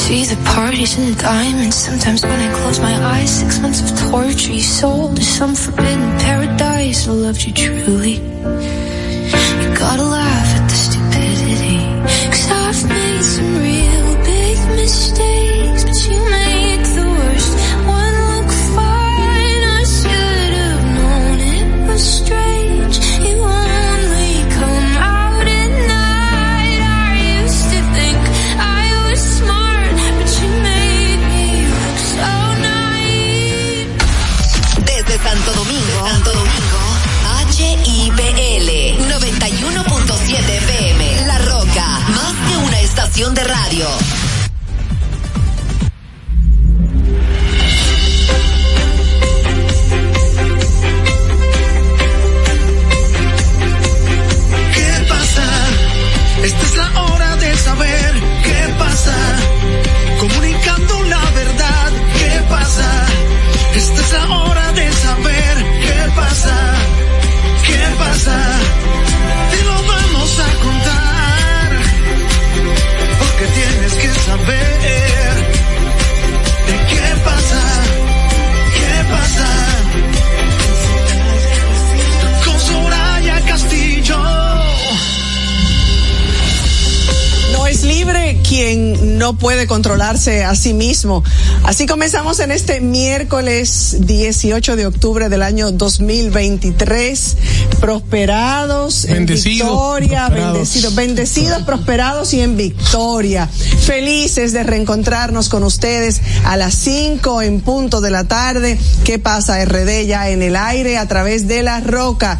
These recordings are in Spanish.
See the parties and the diamonds. Sometimes when I close my eyes, 6 months of torture you sold to some forbidden paradise. I loved you truly. You gotta laugh at the stupidity, 'cause I've made some real big mistakes, but you make the worst one look fine. I should have known it was strange. You only come out at night. I used to think I was smart, but you made me look so naive. Desde Santo Domingo, HIPL 91.7 FM, La Roca, más que una estación de radio. ¿Qué pasa? Esta es la hora de saber qué pasa. Comunicando la verdad, ¿qué pasa? Esta es la hora de saber qué pasa. ¿Qué pasa? Te lo vamos a contar, porque tienes que saber de qué pasa. ¿Qué pasa? Con Soraya Castillo. No es libre quien no puede controlarse a sí mismo. Así comenzamos en este miércoles 18 de octubre del año 2023. Prosperados, en victoria, bendecidos, prosperados y en victoria. Felices de reencontrarnos con ustedes a las 5 en punto de la tarde. ¿Qué pasa, RD? Ya en el aire a través de La Roca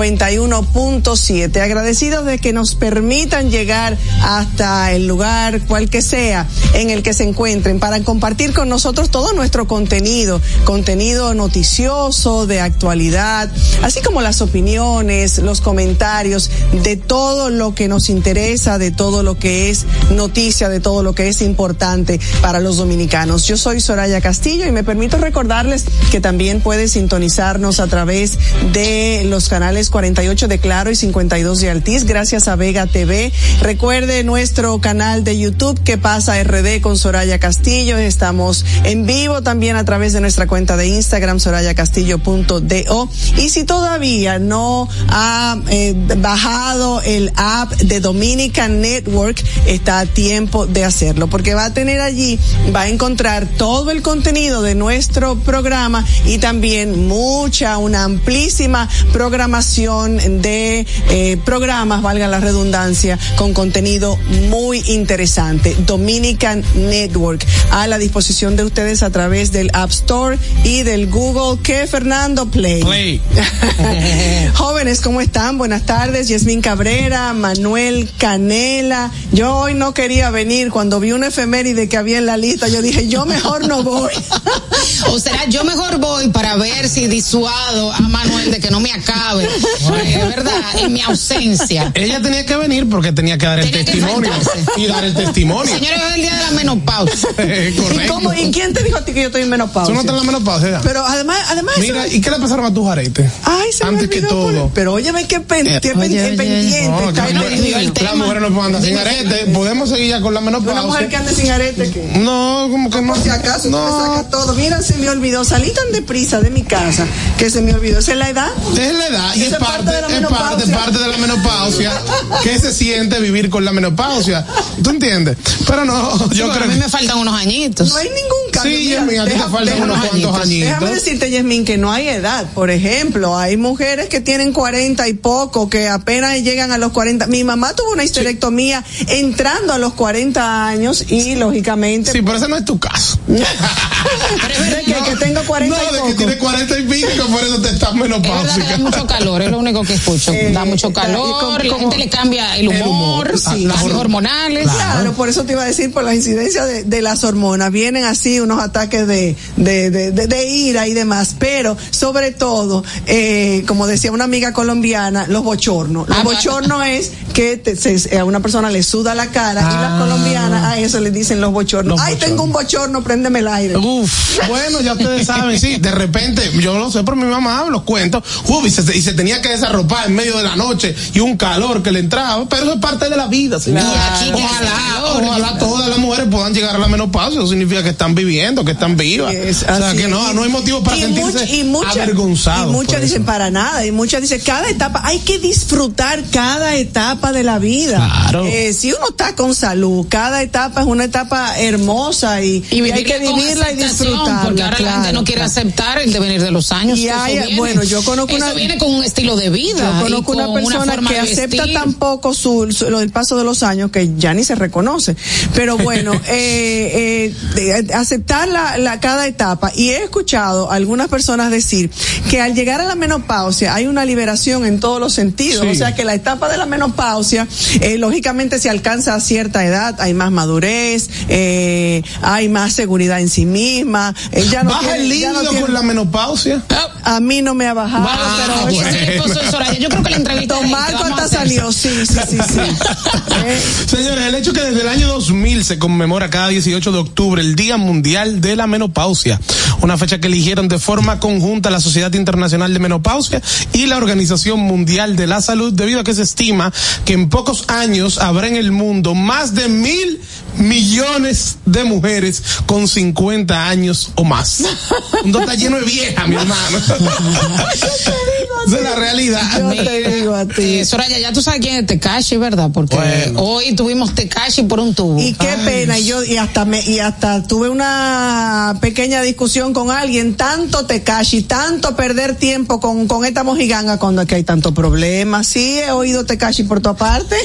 91.7. Agradecidos de que nos permitan llegar hasta el lugar, cual que sea, en el que se encuentren, para compartir con nosotros todo nuestro contenido noticioso, de actualidad, así como las opiniones, los comentarios, de todo lo que nos interesa, de todo lo que es noticia, de todo lo que es importante para los dominicanos. Yo soy Soraya Castillo y me permito recordarles que también puede sintonizarnos a través de los canales 48 de Claro y 52 de Altiz, gracias a Vega TV. Recuerde nuestro canal de YouTube, ¿Qué pasa, RD? Con Soraya Castillo. Estamos en vivo también a través de nuestra cuenta de Instagram, sorayacastillo.do. Y si todavía no ha bajado el app de Dominican Network, está a tiempo de hacerlo, porque va a tener allí, va a encontrar todo el contenido de nuestro programa y también una amplísima programación de programas, valga la redundancia, con contenido muy interesante. Dominican Network, a la disposición de ustedes a través del App Store y del Google, ¿qué, Fernando? Play. Jóvenes, ¿cómo están? Buenas tardes. Yasmín Cabrera, Manuel Canela. Yo hoy no quería venir. Cuando vi una efeméride que había en la lista, yo dije, yo mejor no voy. O será, yo mejor voy para ver si disuado a Manuel de que no me acabe. Es verdad, en mi ausencia. Ella tenía que venir porque tenía que dar el testimonio. Y dar el testimonio. Señores, es el día de la menopausia. Correcto. ¿Y quién te dijo a ti que yo estoy en menopausia? Tú no estás en la menopausia ya. Pero además. Mira, ¿y qué le pasaron a tus aretes? Ay, se antes me que todo. Pero óyeme qué pendiente. No, las mujeres no pueden andar sin arete. Podemos seguir ya con la menopausia. Una mujer que ande sin arete, ¿qué? No, como que no. Por si acaso no me saca todo. Mira, se me olvidó. Salí tan deprisa de mi casa que se me olvidó. ¿Esa es la edad? Es la edad y es parte de la menopausia. ¿Qué se siente vivir con la menopausia? ¿Tú entiendes? Pero no, yo creo a mí me faltan unos añitos. No hay ningún cambio. Sí, Yasmín, a ti te faltan unos cuantos añitos. Déjame decirte, Yasmín, que no hay edad. Por ejemplo, hay mujeres que tienen 40 y poco, que apenas llegan a los 40. Mi mamá tuvo una histerectomía entrando a los 40 años y, lógicamente... Sí, pero ese no es tu caso. Pero es verdad que tengo 40 y poco. Que tienes 40 y pico, por eso te estás menopáusica. Da mucho calor, es lo único que escucho. Da mucho calor, la gente le cambia el humor, cambios hormonales. Claro, por eso te iba a decir, por la incidencia de las hormonas. Vienen así unos ataques de ira y demás, pero sobre todo, como decía una amiga colombiana, los bochornos. Los bochornos es que a una persona le suda la cara y las colombianas a eso le dicen los bochornos. Tengo un bochorno, préndeme el aire. Bueno, ya ustedes saben, sí, de repente, yo lo sé por mi mamá, los cuento, y se tenía que desarropar en medio de la noche y un calor que le entraba, pero eso es parte de la vida, señor. Ojalá todas las mujeres puedan llegar a la menopausia, eso significa que están viviendo, que están vivas. O sea, que no hay motivo para sentirse avergonzados. Y muchas dicen para nada, y muchas dicen cada etapa, hay que disfrutar cada etapa de la vida. Claro. Si uno está con salud, cada etapa es una etapa hermosa y hay que vivirla y disfrutarla. Porque ahora la gente no quiere aceptar el devenir de los años. Y yo conozco eso viene con un estilo de vida. Yo conozco una persona que acepta tan poco el paso de los años que ya ni se reconoce. Pero bueno, aceptar cada etapa. Y he escuchado a algunas personas decir que al llegar a la menopausia hay una liberación en todos los sentidos. Sí. O sea que la etapa de la menopausia, lógicamente se alcanza a cierta edad, hay más madurez, hay más seguridad en sí misma. ¿Baja el líbido con la menopausia? A mí no me ha bajado, pero yo creo que la entrevista Don Marco hasta salió, sí. Señores, el hecho que desde el año 2000 se conmemora cada 18 de octubre el Día Mundial de la Menopausia, una fecha que eligieron de forma conjunta la Sociedad Internacional de Menopausia y la Organización Mundial de la Salud, debido a que se estima que en pocos años habrá en el mundo más de 1.000 millones de mujeres con 50 años o más. Un mundo está lleno de viejas, mi hermano. Esa es la realidad. Yo te digo a ti. Soraya, ya tú sabes quién es Tekashi, ¿verdad? Porque hoy tuvimos Tekashi por un tubo. Y qué pena, y hasta tuve una pequeña discusión con alguien, tanto Tekashi, tanto perder tiempo con esta mojiganga cuando aquí hay tanto problema. Sí, he oído Tekashi por tu parte.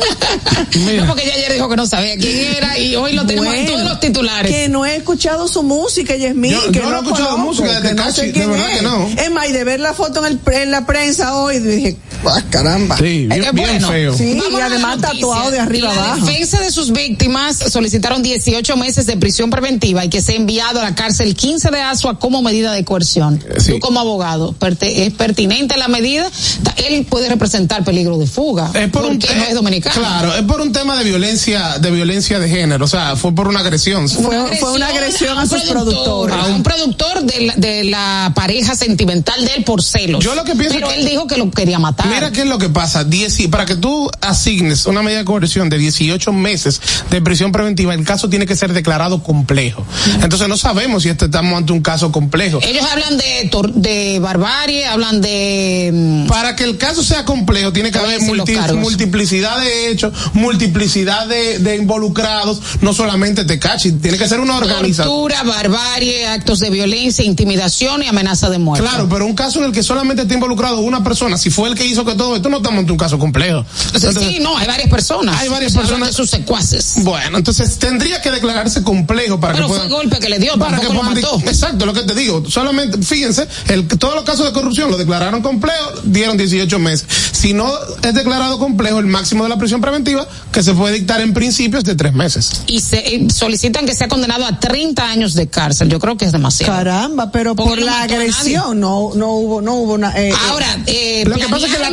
No, porque ella ayer dijo que no sabía quién era y hoy lo tenemos en todos los titulares. Que no he escuchado su música, Yasmín. Yo no he escuchado música de Tekashi, de verdad que no. Es más, y de ver la foto en la prensa hoy, dije, caramba. Sí, bien feo. Sí, y además tatuado de arriba abajo. La defensa de sus víctimas solicitaron 18 meses de prisión preventiva y que sea enviado a la cárcel 15 de Asua como medida de coerción. Sí. Tú como abogado, ¿es pertinente la medida? Él puede representar peligro de fuga. Es por porque no es dominicano. Claro, es por un tema de violencia de género, o sea, fue por una agresión. Fue una agresión a sus productores. A un productor de la pareja sentimental de él por celos. Yo lo que pienso pero él dijo que lo quería matar. Mira qué es lo que pasa. Para que tú asignes una medida de coerción de 18 meses de prisión preventiva, el caso tiene que ser declarado complejo. Entonces no sabemos si estamos ante un caso complejo. Ellos hablan de barbarie, hablan de... Para que el caso sea complejo tiene que haber multiplicidad de hechos, multiplicidad de involucrados, no solamente Tekashi, tiene que ser una organización. Tortura, barbarie, actos de violencia, intimidación y amenaza de muerte. Claro, pero un caso en el que solamente está involucrado una persona, si fue el que hizo que todo esto, no estamos ante un caso complejo. Entonces, sí, no, hay varias personas. Hay varias personas. De sus secuaces. Bueno, entonces tendría que declararse complejo para pero que puedan... Pero fue golpe que le dio, para que lo mató. Exacto, lo que te digo. Solamente, fíjense, todos los casos de corrupción lo declararon complejo, dieron 18 meses. Si no es declarado complejo, el máximo de la prisión preventiva que se puede dictar en principio es de 3 meses. Y solicitan que sea condenado a 30 años de cárcel. Yo creo que es demasiado. Caramba, pero por la agresión no hubo una... Ahora, lo que pasa es que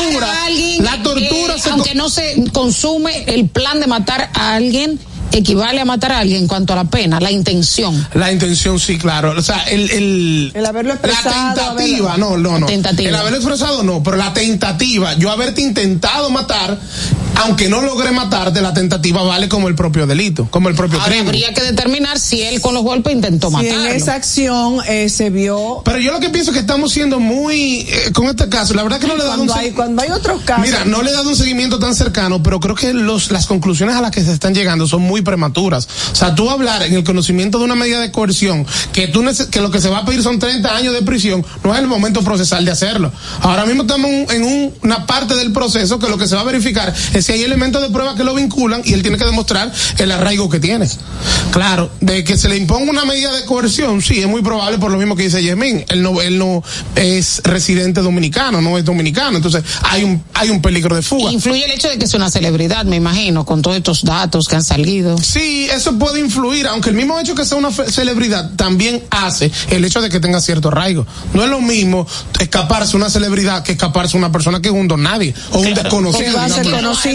la tortura aunque no se consume el plan de matar a alguien, equivale a matar a alguien en cuanto a la pena, la intención. La intención, sí, claro. O sea, el haberlo expresado. La tentativa, no. El haberlo expresado, no, pero la tentativa, yo haberte intentado matar, aunque no logré matarte, la tentativa vale como el propio delito, como el propio crimen. Habría que determinar si él con los golpes intentó matarlo. En esa acción se vio... Pero yo lo que pienso es que estamos siendo muy, con este caso, la verdad que no le he dado cuando hay otros casos... Mira, no le he dado un seguimiento tan cercano, pero creo que las conclusiones a las que se están llegando son muy prematuras. O sea, tú hablar en el conocimiento de una medida de coerción, que lo que se va a pedir son 30 años de prisión, no es el momento procesal de hacerlo. Ahora mismo estamos en una parte del proceso que lo que se va a verificar es si hay elementos de prueba que lo vinculan y él tiene que demostrar el arraigo que tiene. Claro, de que se le imponga una medida de coerción, sí, es muy probable por lo mismo que dice Yasmín. Él no es residente dominicano, no es dominicano, entonces hay un peligro de fuga. Influye el hecho de que es una celebridad, me imagino, con todos estos datos que han salido. Sí, eso puede influir, aunque el mismo hecho que sea una celebridad también hace el hecho de que tenga cierto arraigo. No es lo mismo escaparse una celebridad que escaparse una persona que es un don nadie o un desconocido. Va a ser conocido.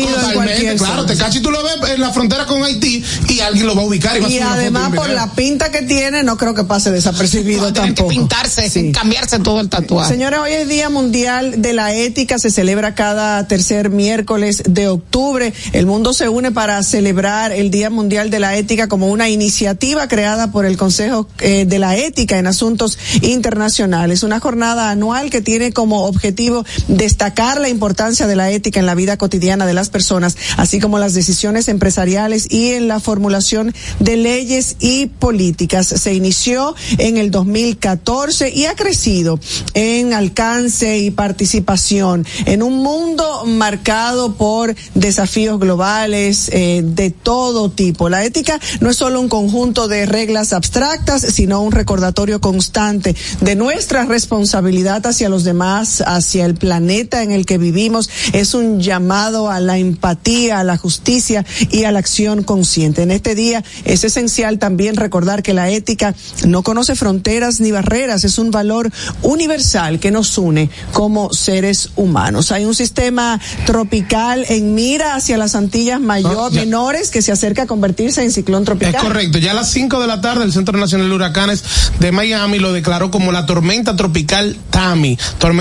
detenido en cualquier claro, Tecachi tú lo ves en la frontera con Haití y alguien lo va a ubicar. Y además por la pinta que tiene, no creo que pase desapercibido tampoco. Que pintarse, cambiarse todo el tatuaje. Señores, hoy es Día Mundial de la Ética, se celebra cada tercer miércoles de octubre. El mundo se une para celebrar el Día Mundial de la Ética como una iniciativa creada por el Consejo de la Ética en Asuntos Internacionales. Una jornada anual que tiene como objetivo destacar la importancia de la ética en la vida cotidiana de las personas, así como las decisiones empresariales y en la formulación de leyes y políticas. Se inició en el 2014 y ha crecido en alcance y participación en un mundo marcado por desafíos globales de todo tipo. La ética no es solo un conjunto de reglas abstractas, sino un recordatorio constante de nuestra responsabilidad hacia los demás, hacia el planeta en el que vivimos. Es un llamado a la empatía, a la justicia y a la acción consciente. En este día es esencial también recordar que la ética no conoce fronteras ni barreras, es un valor universal que nos une como seres humanos. Hay un sistema tropical en mira hacia las Antillas menores que se acerca a convertirse en ciclón tropical. Es correcto, ya a las 5 de la tarde el Centro Nacional de Huracanes de Miami lo declaró como la tormenta tropical Tami.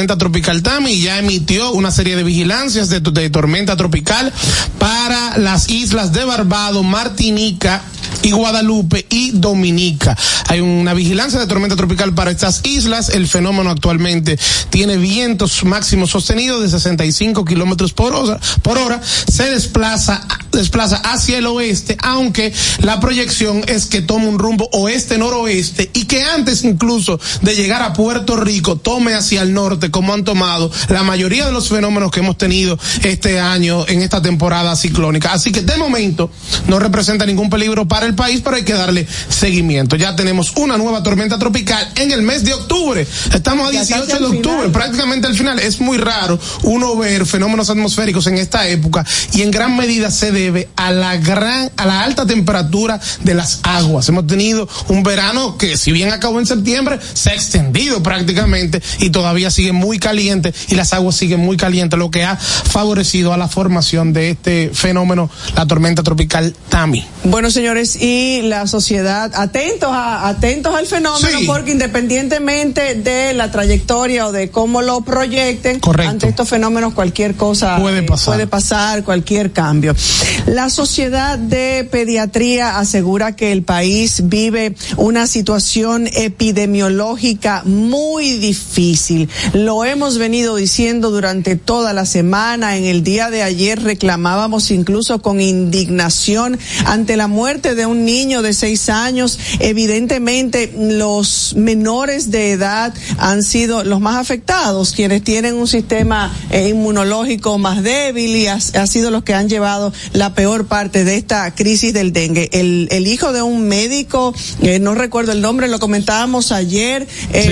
Y ya emitió una serie de vigilancias de tormenta tropical para las islas de Barbados, Martinica y Guadalupe y Dominica. Hay una vigilancia de tormenta tropical para estas islas. El fenómeno actualmente tiene vientos máximos sostenidos de 65 kilómetros por hora. Se desplaza hacia el oeste, aunque la proyección es que tome un rumbo oeste-noroeste y que antes incluso de llegar a Puerto Rico tome hacia el norte, como han tomado la mayoría de los fenómenos que hemos tenido este año en esta temporada ciclónica. Así que de momento no representa ningún peligro para el país, pero hay que darle seguimiento. Ya tenemos una nueva tormenta tropical en el mes de octubre. Estamos a 18 de octubre, prácticamente al final. Es muy raro uno ver fenómenos atmosféricos en esta época y en gran medida se debe a la alta temperatura de las aguas. Hemos tenido un verano que, si bien acabó en septiembre, se ha extendido prácticamente y todavía sigue muy caliente y las aguas siguen muy calientes, lo que ha favorecido a la formación de este fenómeno, la tormenta tropical Tami. Bueno, señores, y la sociedad atentos al fenómeno, sí, porque independientemente de la trayectoria o de cómo lo proyecten, correcto, ante estos fenómenos cualquier cosa puede pasar, cualquier cambio. La Sociedad de Pediatría asegura que el país vive una situación epidemiológica muy difícil. Lo hemos venido diciendo durante toda la semana. En el día de ayer reclamábamos incluso con indignación ante la muerte de un niño de 6 años. Evidentemente los menores de edad han sido los más afectados, quienes tienen un sistema inmunológico más débil, y ha sido los que han llevado la peor parte de esta crisis del dengue. El hijo de un médico, no recuerdo el nombre, lo comentábamos ayer,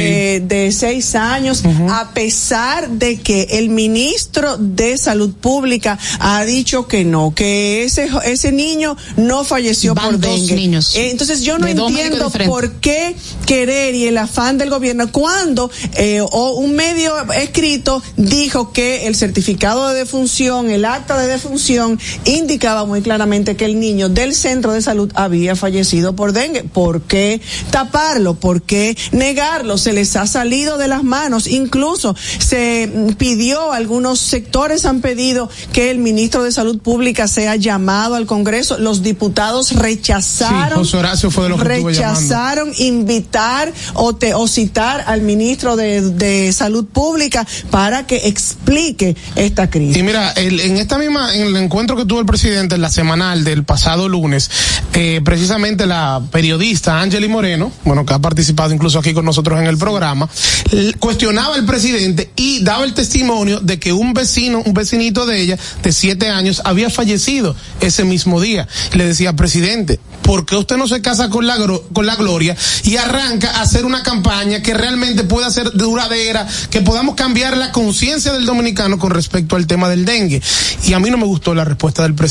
de 6 años, a pesar de que el ministro de Salud Pública ha dicho que no, que ese niño no falleció por dengue. Niños. Entonces yo no entiendo por qué querer y el afán del gobierno cuando un medio escrito dijo que el certificado de defunción, el acta de defunción indicaba muy claramente que el niño del centro de salud había fallecido por dengue. ¿Por qué taparlo? ¿Por qué negarlo? Se les ha salido de las manos. Incluso se pidió, algunos sectores han pedido que el ministro de Salud Pública sea llamado al Congreso. Los diputados rechazaron, José Horacio fue de los que rechazaron invitar o citar al ministro de Salud Pública para que explique esta crisis. Y mira, en el encuentro que tuvo el presidente en la semanal del pasado lunes, precisamente la periodista Angeli Moreno, que ha participado incluso aquí con nosotros en el programa, cuestionaba al presidente y daba el testimonio de que un vecinito de ella, de 7 años, había fallecido ese mismo día. Le decía, presidente, ¿por qué usted no se casa con la gloria y arranca a hacer una campaña que realmente pueda ser duradera, que podamos cambiar la conciencia del dominicano con respecto al tema del dengue? Y a mí no me gustó la respuesta del presidente.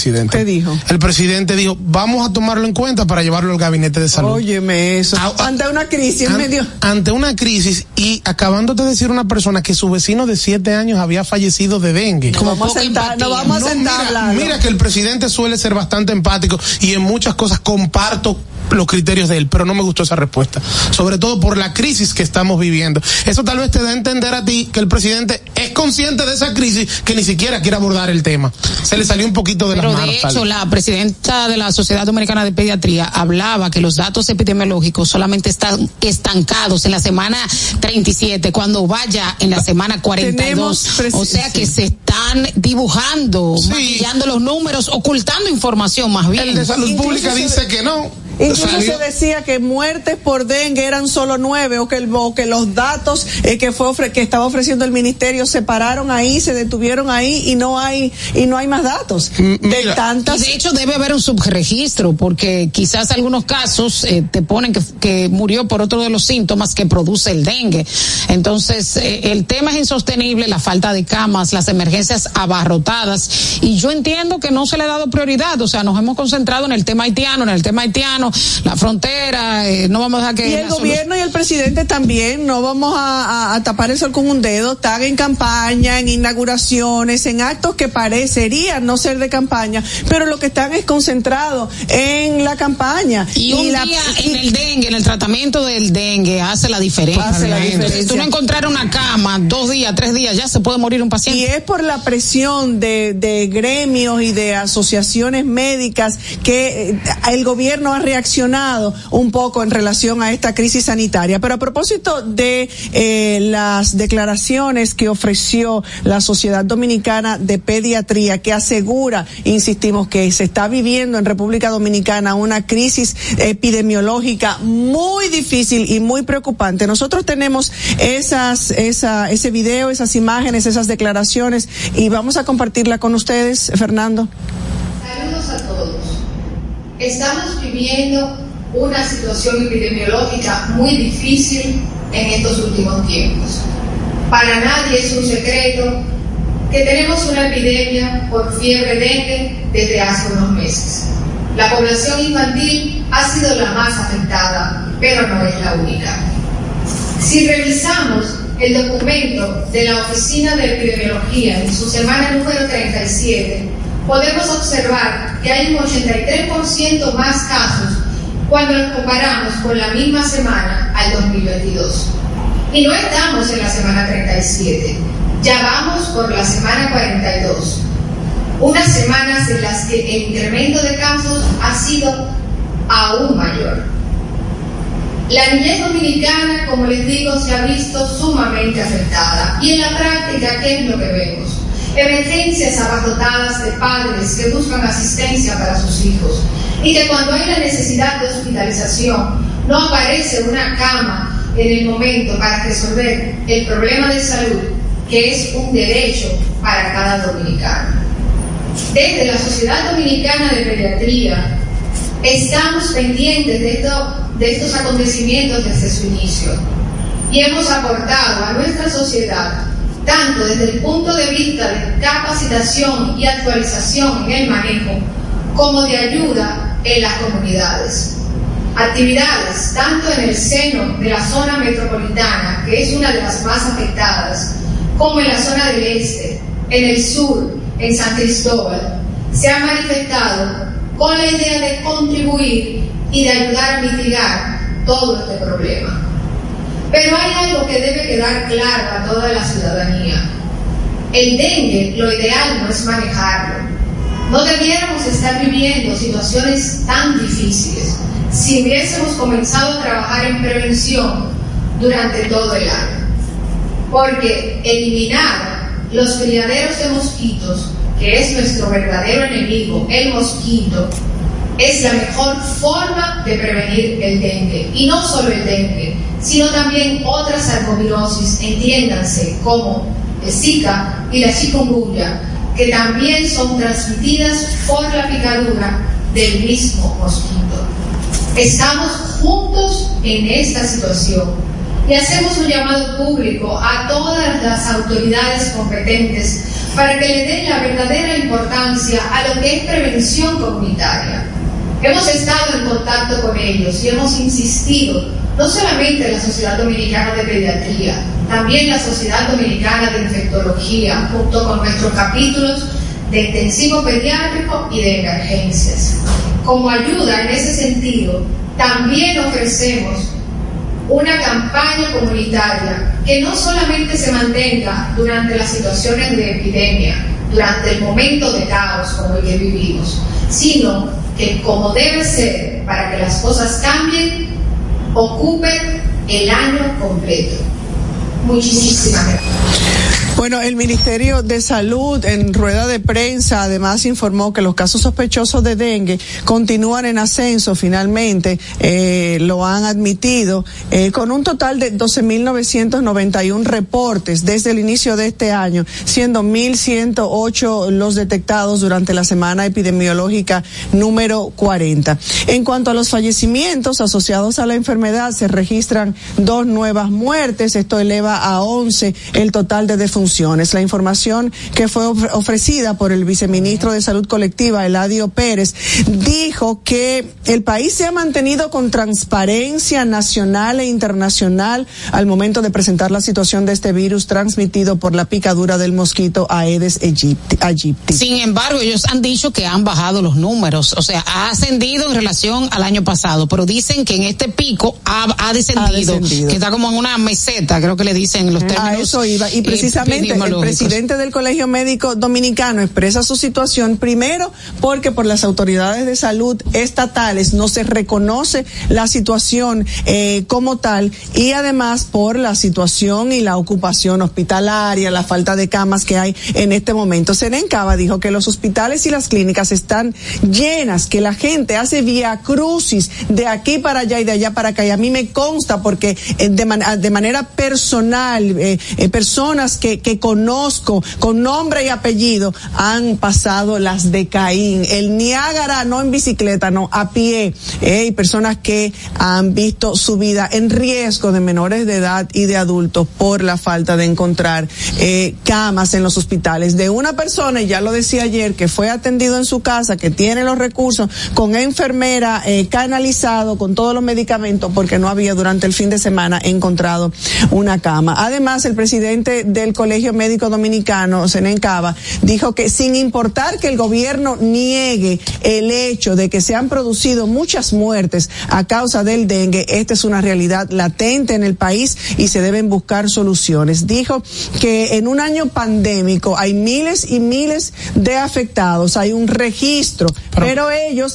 presidente. ¿Qué dijo? El presidente dijo, vamos a tomarlo en cuenta para llevarlo al gabinete de salud. Óyeme eso. Ante una crisis ante una crisis, y acabándote de decir una persona que su vecino de 7 años había fallecido de dengue. No vamos a sentar. Mira que el presidente suele ser bastante empático y en muchas cosas comparto los criterios de él, pero no me gustó esa respuesta, sobre todo por la crisis que estamos viviendo. Eso tal vez te da a entender a ti que el presidente es consciente de esa crisis, que ni siquiera quiere abordar el tema. Se le salió un poquito de las manos. Pero de hecho, la presidenta de la Sociedad Dominicana de Pediatría hablaba que los datos epidemiológicos solamente están estancados en la semana 37, cuando vaya en la semana 42. O sea que se están dibujando, maquillando los números, ocultando información más bien. El de Salud Pública dice que no. Incluso se decía que muertes por dengue eran solo 9, o que los datos que estaba ofreciendo el ministerio se pararon ahí, se detuvieron ahí y no hay más datos. Mira, y de hecho debe haber un subregistro, porque quizás algunos casos te ponen que murió por otro de los síntomas que produce el dengue. Entonces el tema es insostenible, la falta de camas, las emergencias abarrotadas, y yo entiendo que no se le ha dado prioridad. O sea, nos hemos concentrado en el tema haitiano, la frontera, no vamos a dejar que... Y el gobierno y el presidente también, no vamos a tapar el sol con un dedo, están en campaña, en inauguraciones, en actos que parecerían no ser de campaña, pero lo que están es concentrado en la campaña. Y un día en el dengue, en el tratamiento del dengue, hace la diferencia. Si tú no encontrar una cama, 2 días, 3 días, ya se puede morir un paciente. Y es por la presión de gremios y de asociaciones médicas que el gobierno ha reaccionado un poco en relación a esta crisis sanitaria. Pero a propósito de las declaraciones que ofreció la Sociedad Dominicana de Pediatría, que asegura, insistimos, que se está viviendo en República Dominicana una crisis epidemiológica muy difícil y muy preocupante. Nosotros tenemos ese video, esas imágenes, esas declaraciones, y vamos a compartirla con ustedes, Fernando. Saludos a todos. Estamos viviendo una situación epidemiológica muy difícil en estos últimos tiempos. Para nadie es un secreto que tenemos una epidemia por fiebre dengue desde hace unos meses. La población infantil ha sido la más afectada, pero no es la única. Si revisamos el documento de la Oficina de Epidemiología en su semana número 37, podemos observar que hay un 83% más casos cuando los comparamos con la misma semana al 2022. Y no estamos en la semana 37, ya vamos por la semana 42. Unas semanas en las que el incremento de casos ha sido aún mayor. La niñez dominicana, como les digo, se ha visto sumamente afectada. Y en la práctica, ¿qué es lo que vemos? Emergencias abarrotadas de padres que buscan asistencia para sus hijos, y que cuando hay la necesidad de hospitalización no aparece una cama en el momento para resolver el problema de salud, que es un derecho para cada dominicano. Desde la Sociedad Dominicana de Pediatría estamos pendientes de estos acontecimientos desde su inicio, y hemos aportado a nuestra sociedad, tanto desde el punto de vista de capacitación y actualización en el manejo, como de ayuda en las comunidades. Actividades tanto en el seno de la zona metropolitana, que es una de las más afectadas, como en la zona del este, en el sur, en San Cristóbal, se han manifestado con la idea de contribuir y de ayudar a mitigar todo este problema. Pero hay algo que debe quedar claro a toda la ciudadanía. El dengue, lo ideal no es manejarlo. No debiéramos estar viviendo situaciones tan difíciles si hubiésemos comenzado a trabajar en prevención durante todo el año. Porque eliminar los criaderos de mosquitos, que es nuestro verdadero enemigo, el mosquito, es la mejor forma de prevenir el dengue. Y no solo el dengue, sino también otras arbovirosis, entiéndanse, como el Zika y la chikungunya, que también son transmitidas por la picadura del mismo mosquito. Estamos juntos en esta situación y hacemos un llamado público a todas las autoridades competentes para que le den la verdadera importancia a lo que es prevención comunitaria. Hemos estado en contacto con ellos y hemos insistido, no solamente la Sociedad Dominicana de Pediatría, también la Sociedad Dominicana de Infectología, junto con nuestros capítulos de intensivo pediátrico y de emergencias. Como ayuda en ese sentido, también ofrecemos una campaña comunitaria que no solamente se mantenga durante las situaciones de epidemia, durante el momento de caos como el que vivimos, sino que, como debe ser para que las cosas cambien, ocupen el año completo. Muchísimas gracias. Bueno, el Ministerio de Salud en rueda de prensa además informó que los casos sospechosos de dengue continúan en ascenso finalmente, lo han admitido, con un total de 12.991 reportes desde el inicio de este año, siendo 1.108 los detectados durante la semana epidemiológica número 40. En cuanto a los fallecimientos asociados a la enfermedad, se registran 2 nuevas muertes, esto eleva a 11 el total de defunciones. La información que fue ofrecida por el viceministro de Salud Colectiva, Eladio Pérez, dijo que el país se ha mantenido con transparencia nacional e internacional al momento de presentar la situación de este virus transmitido por la picadura del mosquito Aedes aegypti. Sin embargo, ellos han dicho que han bajado los números, o sea, ha ascendido en relación al año pasado, pero dicen que en este pico ha descendido, que está como en una meseta, creo que le dicen los términos. A eso iba, y precisamente el presidente del Colegio Médico Dominicano expresa su situación, primero porque por las autoridades de salud estatales no se reconoce la situación como tal, y además por la situación y la ocupación hospitalaria, la falta de camas que hay en este momento. Senencaba dijo que los hospitales y las clínicas están llenas, que la gente hace vía crucis de aquí para allá y de allá para acá, y a mí me consta porque de manera personal, personas que conozco con nombre y apellido han pasado las de Caín, el Niágara, no en bicicleta, no, a pie, y personas que han visto su vida en riesgo, de menores de edad y de adultos, por la falta de encontrar camas en los hospitales. De una persona, y ya lo decía ayer, que fue atendido en su casa, que tiene los recursos, con enfermera, canalizado, con todos los medicamentos, porque no había durante el fin de semana encontrado una cama. Además, el presidente del Colegio Médico Dominicano, Senencaba, dijo que sin importar que el gobierno niegue el hecho de que se han producido muchas muertes a causa del dengue, esta es una realidad latente en el país y se deben buscar soluciones. Dijo que en un año pandémico hay miles y miles de afectados, hay un registro, pero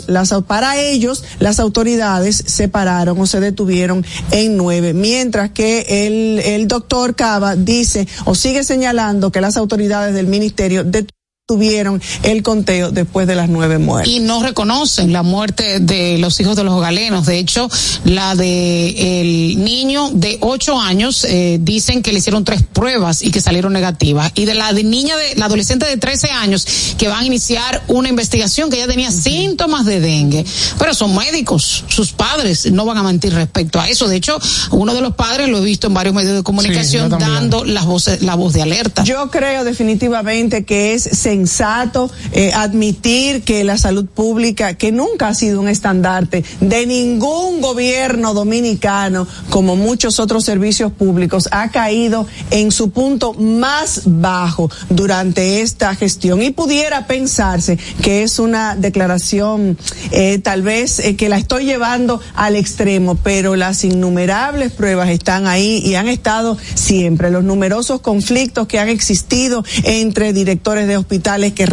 para ellos las autoridades se pararon o se detuvieron en 9, mientras que el doctor Cava dice o sigue señalando que las autoridades del ministerio detuvieron el conteo después de las 9 muertes. Y no reconocen la muerte de los hijos de los galenos. De hecho, la de el niño de 8 años, dicen que le hicieron 3 pruebas y que salieron negativas. Y de la adolescente de 13 años, que van a iniciar una investigación, que ella tenía síntomas de dengue. Pero son médicos, sus padres no van a mentir respecto a eso. De hecho, uno de los padres lo he visto en varios medios de comunicación, dando la voz de alerta. Yo creo definitivamente que es sensato admitir que la salud pública, que nunca ha sido un estandarte de ningún gobierno dominicano, como muchos otros servicios públicos, ha caído en su punto más bajo durante esta gestión, y pudiera pensarse que es una declaración tal vez que la estoy llevando al extremo, pero las innumerables pruebas están ahí y han estado siempre. Los numerosos conflictos que han existido entre directores de hospitales que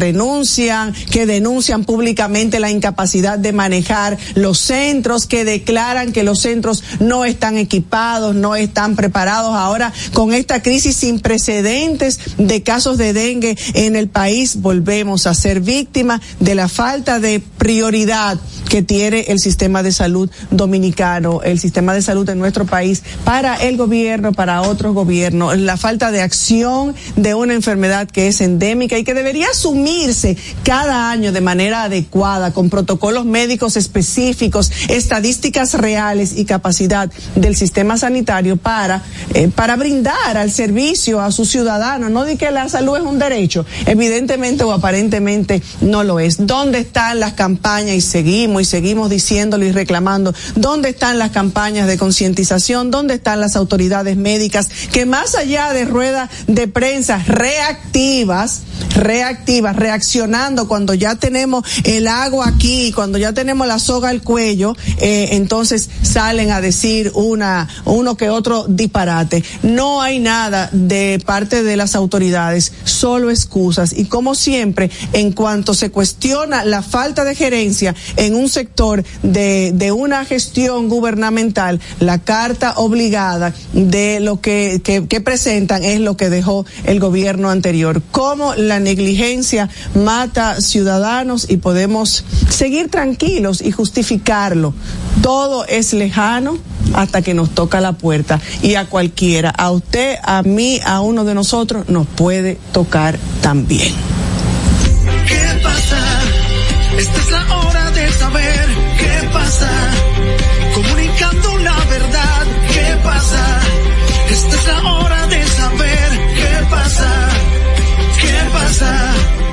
denuncian públicamente la incapacidad de manejar los centros, que declaran que los centros no están equipados, no están preparados. Ahora, con esta crisis sin precedentes de casos de dengue en el país, volvemos a ser víctimas de la falta de prioridad que tiene el sistema de salud dominicano, el sistema de salud en nuestro país, para el gobierno, para otros gobiernos, la falta de acción de una enfermedad que es endémica y que debería debería asumirse cada año de manera adecuada, con protocolos médicos específicos, estadísticas reales y capacidad del sistema sanitario para brindar al servicio a sus ciudadanos. No di que la salud es un derecho, evidentemente o aparentemente no lo es. ¿Dónde están las campañas? Y seguimos diciéndolo y reclamando. ¿Dónde están las campañas de concientización? ¿Dónde están las autoridades médicas que, más allá de ruedas de prensa reactivas, reaccionando cuando ya tenemos el agua aquí, cuando ya tenemos la soga al cuello, entonces salen a decir uno que otro disparate? No hay nada de parte de las autoridades, solo excusas. Y como siempre, en cuanto se cuestiona la falta de gerencia en un sector de una gestión gubernamental, la carta obligada de lo que presentan es lo que dejó el gobierno anterior. Cómo la negligencia mata ciudadanos y podemos seguir tranquilos y justificarlo. Todo es lejano hasta que nos toca la puerta, y a cualquiera, a usted, a mí, a uno de nosotros, nos puede tocar también. ¿Qué pasa? Esta es la hora de saber qué pasa. Comunicando la verdad, ¿qué pasa? Esta es la hora de saber qué pasa. ¿Qué pasa?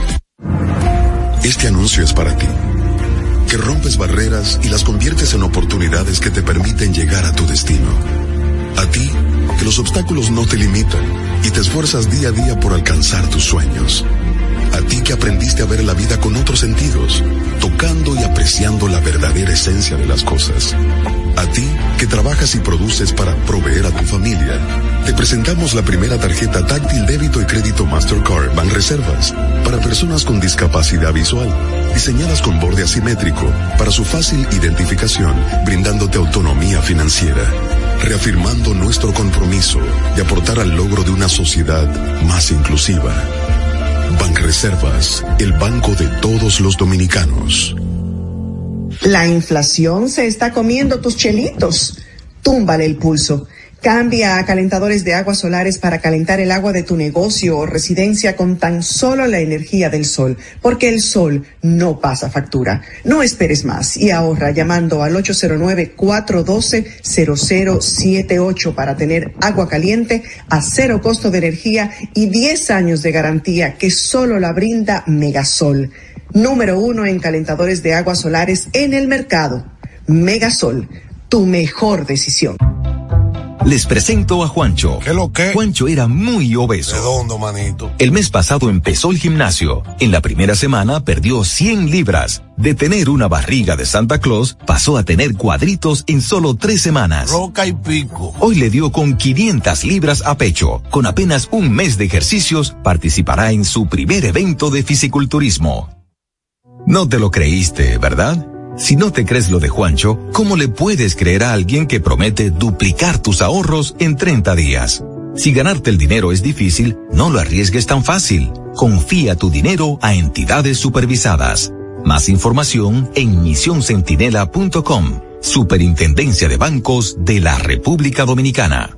Este anuncio es para ti, que rompes barreras y las conviertes en oportunidades que te permiten llegar a tu destino. A ti, que los obstáculos no te limitan y te esfuerzas día a día por alcanzar tus sueños. A ti que aprendiste a ver la vida con otros sentidos, tocando y apreciando la verdadera esencia de las cosas. A ti que trabajas y produces para proveer a tu familia, te presentamos la primera tarjeta táctil débito y crédito Mastercard Banreservas para personas con discapacidad visual, diseñadas con borde asimétrico para su fácil identificación, brindándote autonomía financiera, reafirmando nuestro compromiso de aportar al logro de una sociedad más inclusiva. Banreservas, el banco de todos los dominicanos. La inflación se está comiendo tus chelitos. Túmbale el pulso. Cambia a calentadores de aguas solares para calentar el agua de tu negocio o residencia con tan solo la energía del sol, porque el sol no pasa factura. No esperes más y ahorra llamando al 809-412-0078 para tener agua caliente a cero costo de energía y 10 años de garantía que solo la brinda Megasol. Número 1 en calentadores de aguas solares en el mercado. Megasol, tu mejor decisión. Les presento a Juancho. ¿Qué lo que? Juancho era muy obeso. Redondo, manito. El mes pasado empezó el gimnasio. En la primera semana perdió 100 libras. De tener una barriga de Santa Claus, pasó a tener cuadritos en solo 3 semanas. Roca y pico. Hoy le dio con 500 libras a pecho. Con apenas un mes de ejercicios, participará en su primer evento de fisiculturismo. No te lo creíste, ¿verdad? Si no te crees lo de Juancho, ¿cómo le puedes creer a alguien que promete duplicar tus ahorros en 30 días? Si ganarte el dinero es difícil, no lo arriesgues tan fácil. Confía tu dinero a entidades supervisadas. Más información en misioncentinela.com. Superintendencia de Bancos de la República Dominicana.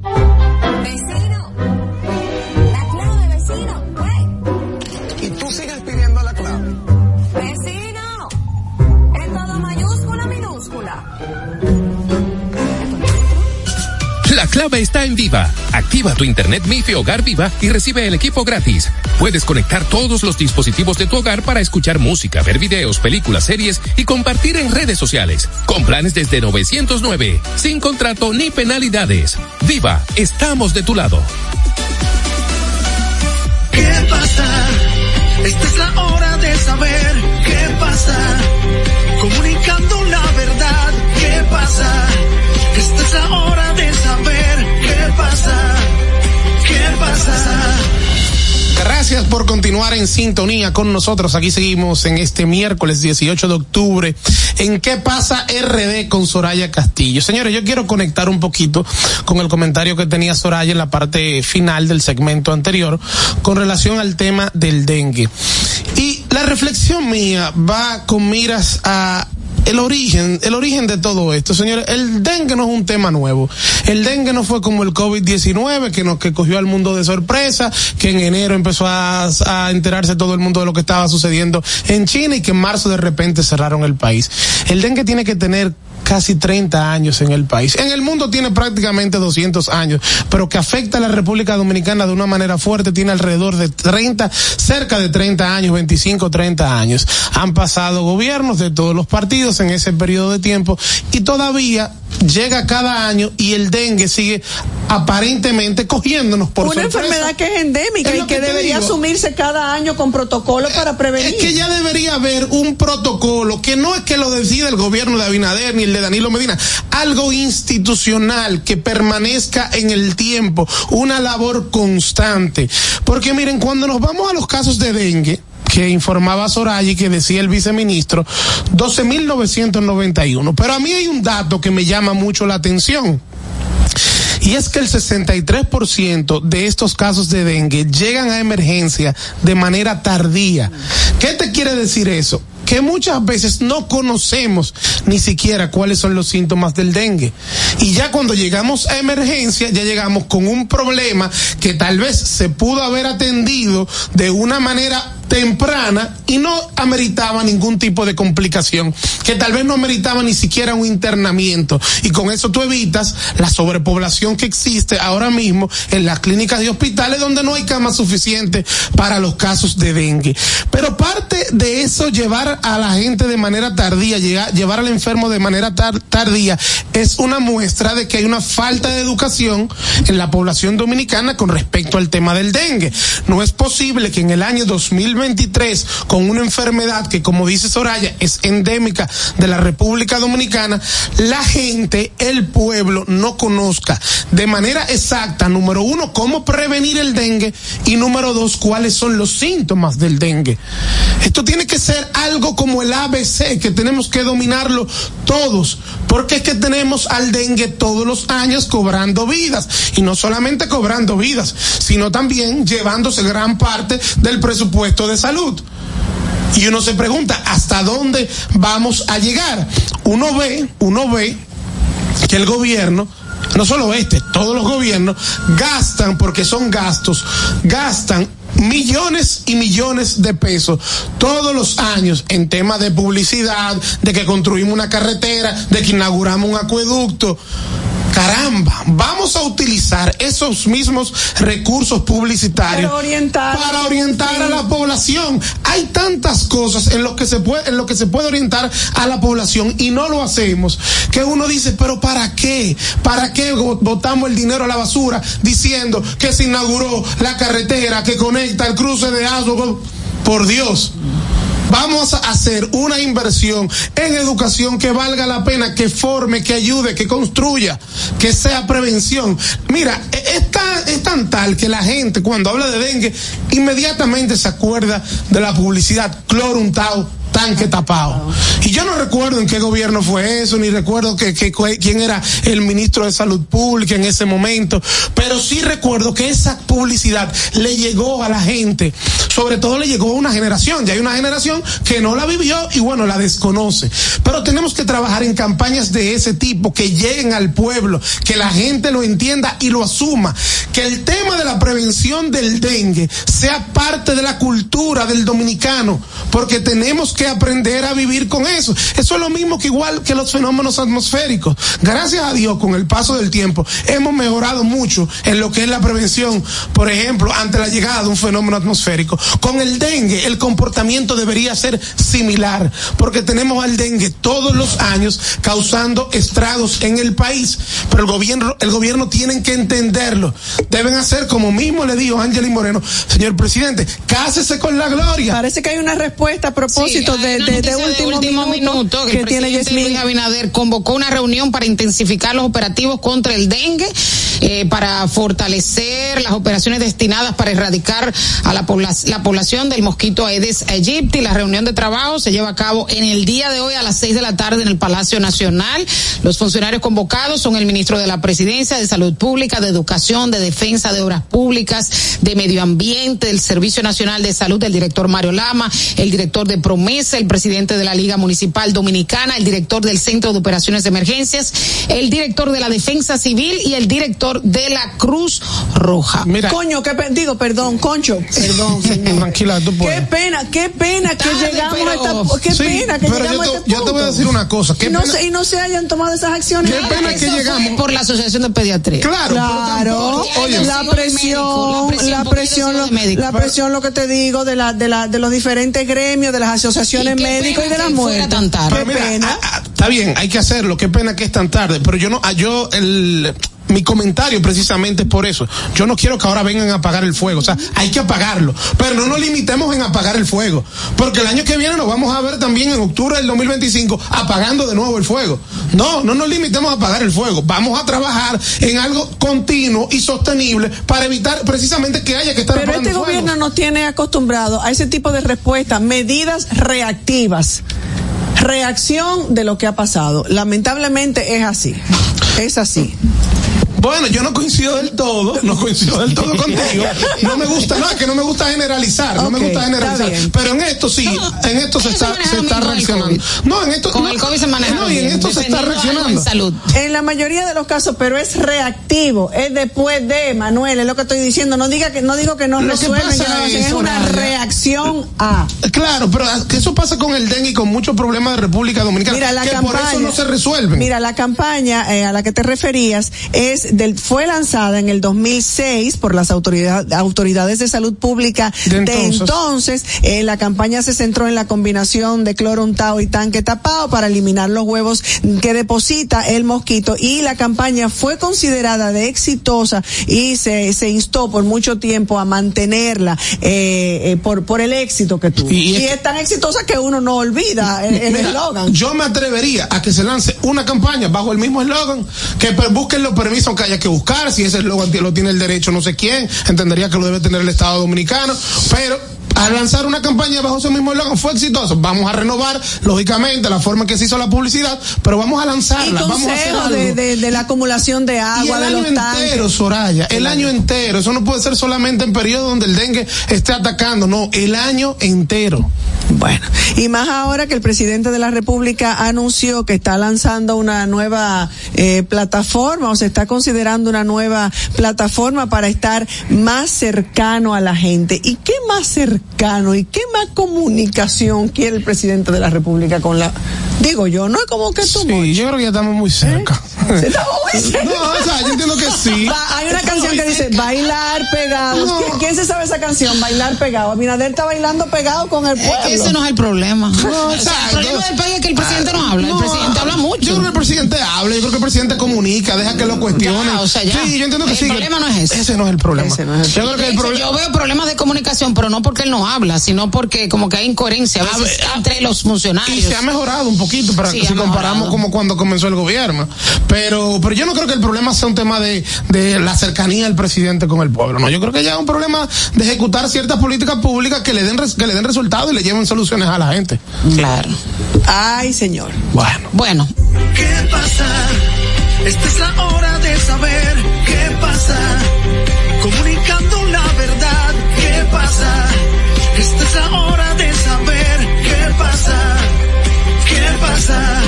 La clave está en Viva. Activa tu internet MIFI Hogar Viva y recibe el equipo gratis. Puedes conectar todos los dispositivos de tu hogar para escuchar música, ver videos, películas, series y compartir en redes sociales. Con planes desde 909, sin contrato ni penalidades. Viva, estamos de tu lado. ¿Qué pasa? Esta es la hora de saber qué pasa. Comunicando la verdad, ¿qué pasa? Esta es la hora de saber qué pasa. ¿Qué pasa? Gracias por continuar en sintonía con nosotros. Aquí seguimos en este miércoles 18 de octubre en ¿Qué pasa RD? Con Soraya Castillo. Señores, yo quiero conectar un poquito con el comentario que tenía Soraya en la parte final del segmento anterior con relación al tema del dengue. Y la reflexión mía va con miras a el origen de todo esto, señores. El dengue no es un tema nuevo. El dengue no fue como el COVID-19 que cogió al mundo de sorpresa, que en enero empezó a enterarse todo el mundo de lo que estaba sucediendo en China y que en marzo de repente cerraron el país. El dengue tiene que tener casi 30 años en el país. En el mundo tiene prácticamente 200 años, pero que afecta a la República Dominicana de una manera fuerte, tiene alrededor de cerca de 30 años, 25, 30 años. Han pasado gobiernos de todos los partidos en ese periodo de tiempo y todavía llega cada año y el dengue sigue aparentemente cogiéndonos por una sorpresa. Enfermedad que es endémica y que debería asumirse cada año con protocolos para prevenir. Es que ya debería haber un protocolo que no es que lo decida el gobierno de Abinader ni el de Danilo Medina, algo institucional que permanezca en el tiempo, una labor constante. Porque miren, cuando nos vamos a los casos de dengue, que informaba Soraya y que decía el viceministro, 12.991. Pero a mí hay un dato que me llama mucho la atención. Y es que el 63% de estos casos de dengue llegan a emergencia de manera tardía. ¿Qué te quiere decir eso? Que muchas veces no conocemos ni siquiera cuáles son los síntomas del dengue. Y ya cuando llegamos a emergencia, ya llegamos con un problema que tal vez se pudo haber atendido de una manera temprana y no ameritaba ningún tipo de complicación, que tal vez no ameritaba ni siquiera un internamiento, y con eso tú evitas la sobrepoblación que existe ahora mismo en las clínicas y hospitales donde no hay camas suficientes para los casos de dengue. Pero parte de eso, llevar a la gente de manera tardía, llevar al enfermo de manera tardía, es una muestra de que hay una falta de educación en la población dominicana con respecto al tema del dengue. No es posible que en el año 2023, con una enfermedad que, como dice Soraya, es endémica de la República Dominicana, la gente, el pueblo, no conozca de manera exacta, número uno, cómo prevenir el dengue, y número dos, cuáles son los síntomas del dengue. Esto tiene que ser algo como el ABC, que tenemos que dominarlo todos, porque es que tenemos al dengue todos los años cobrando vidas, y no solamente cobrando vidas, sino también llevándose gran parte del presupuesto de salud. Y uno se pregunta, ¿hasta dónde vamos a llegar? Uno ve que el gobierno, no solo todos los gobiernos gastan, porque son gastos, gastan millones y millones de pesos todos los años en temas de publicidad, de que construimos una carretera, de que inauguramos un acueducto. Caramba, vamos a utilizar esos mismos recursos publicitarios para orientar a la población. Hay tantas cosas en lo que se puede orientar a la población y no lo hacemos, que uno dice, pero ¿para qué? ¿Para qué botamos el dinero a la basura diciendo que se inauguró la carretera que conecta el cruce de Asua? Por Dios. Vamos a hacer una inversión en educación que valga la pena, que forme, que ayude, que construya, que sea prevención. Mira, es tan tal que la gente cuando habla de dengue inmediatamente se acuerda de la publicidad cloro untado, tanque tapado. Y yo no recuerdo en qué gobierno fue eso, ni recuerdo quién era el ministro de Salud Pública en ese momento, pero sí recuerdo que esa publicidad le llegó a la gente, sobre todo le llegó a una generación, ya hay una generación que no la vivió y bueno, la desconoce, pero tenemos que trabajar en campañas de ese tipo, que lleguen al pueblo, que la gente lo entienda y lo asuma, que el tema de la prevención del dengue sea parte de la cultura del dominicano, porque tenemos que aprender a vivir con eso. Eso es lo mismo que igual que los fenómenos atmosféricos. Gracias a Dios, con el paso del tiempo, hemos mejorado mucho en lo que es la prevención, por ejemplo, ante la llegada de un fenómeno atmosférico. Con el dengue, el comportamiento debería ser similar, porque tenemos al dengue todos los años causando estragos en el país, pero el gobierno tiene que entenderlo. Deben hacer como mismo le dijo Ángel Moreno, señor presidente, cásese con la gloria. Parece que hay una respuesta a propósito de último minuto que el presidente Luis Abinader convocó una reunión para intensificar los operativos contra el dengue. para fortalecer las operaciones destinadas para erradicar a la población del mosquito Aedes aegypti. La reunión de trabajo se lleva a cabo en el día de hoy a las 6 de la tarde en el Palacio Nacional. Los funcionarios convocados son el ministro de la Presidencia, de Salud Pública, de Educación, de Defensa, de Obras Públicas, de Medio Ambiente, del Servicio Nacional de Salud, el director Mario Lama, el director de Promesa, el presidente de la Liga Municipal Dominicana, el director del Centro de Operaciones de Emergencias, el director de la Defensa Civil y el director de la Cruz Roja. Mira. Coño, Concho, perdón, señor. Tranquila, tú puedes. Qué pena que llegamos a esta, qué sí, pena que llegamos a este punto. Yo te voy a decir una cosa, y no se hayan tomado esas acciones. Qué pena que llegamos por la Asociación de Pediatría. Claro. Oye, la presión, lo que te digo, de los diferentes gremios, de las asociaciones médicos y de la muerte. Qué pena. Está bien, hay que hacerlo. Qué pena que es tan tarde, pero mi comentario precisamente es por eso. Yo no quiero que ahora vengan a apagar el fuego. O sea, hay que apagarlo. Pero no nos limitemos en apagar el fuego. Porque el año que viene nos vamos a ver también en octubre del 2025 apagando de nuevo el fuego. No nos limitemos a apagar el fuego. Vamos a trabajar en algo continuo y sostenible para evitar precisamente que haya que estar apagando el fuego. Pero este gobierno nos tiene acostumbrado a ese tipo de respuestas, medidas reactivas. Reacción de lo que ha pasado. Lamentablemente es así. Es así. Bueno, yo no coincido del todo contigo. No me gusta generalizar, pero en esto sí, en esto se está reaccionando. Con el COVID se maneja. Y en esto se está reaccionando. En la mayoría de los casos, pero es reactivo, es después de, Manuel, es lo que estoy diciendo. No digo que no resuelven, es una reacción a. Claro, pero que eso pasa con el dengue y con muchos problemas de República Dominicana. Por eso no se resuelven. Mira, la campaña a la que te referías fue lanzada en el 2006 por las autoridades de salud pública de entonces. La campaña se centró en la combinación de cloro untado y tanque tapado para eliminar los huevos que deposita el mosquito, y la campaña fue considerada de exitosa y se instó por mucho tiempo a mantenerla por el éxito que tuvo. Y es tan exitosa que uno no olvida el eslogan. Yo me atrevería a que se lance una campaña bajo el mismo eslogan, que busquen los permisos que haya que buscar. Si ese eslogan lo tiene el derecho no sé quién, entendería que lo debe tener el Estado Dominicano, pero al lanzar una campaña bajo ese mismo eslogan fue exitoso. Vamos a renovar, lógicamente, la forma en que se hizo la publicidad, pero vamos a lanzarla. Vamos a hacer algo. De la acumulación de agua, de los tanques. El año entero, Soraya, el año entero. Eso no puede ser solamente en periodo donde el dengue esté atacando, no, el año entero. Bueno, y más ahora que el presidente de la República anunció que está lanzando una nueva plataforma, o se está considerando una nueva plataforma para estar más cercano a la gente. ¿Y qué más cercano y qué más comunicación quiere el presidente de la República con la... Digo yo, no es como que tú... Sí, yo creo que ya estamos muy cerca. ¿Estamos muy cerca? No, o sea, yo entiendo que sí. Hay una canción que dice, bailar pegados. No. ¿Quién se sabe esa canción? Bailar pegado. Abinader está bailando pegado con el pueblo. Ese no es el problema. No, o sea, el problema del país es que el presidente no habla. El presidente habla mucho. Yo creo que el presidente habla, yo creo que el presidente comunica, deja que lo cuestione. O sea, ya. Sí, yo entiendo que sí. El problema no es ese. Ese no es el problema. Yo veo problemas de comunicación, pero no porque él no habla, sino porque como que hay incoherencia a veces entre los funcionarios. Y se ha mejorado un poquito para si comparamos como cuando comenzó el gobierno. Pero yo no creo que el problema sea un tema de la cercanía del presidente con el pueblo. No, yo creo que ya es un problema de ejecutar ciertas políticas públicas que le den resultados y le lleven soluciones a la gente. Claro. Ay, señor. Bueno. ¿Qué pasa? Esta es la hora de saber qué pasa. Comunicando la verdad. ¿Qué pasa? Esta es la hora de saber qué pasa. ¿Qué pasa?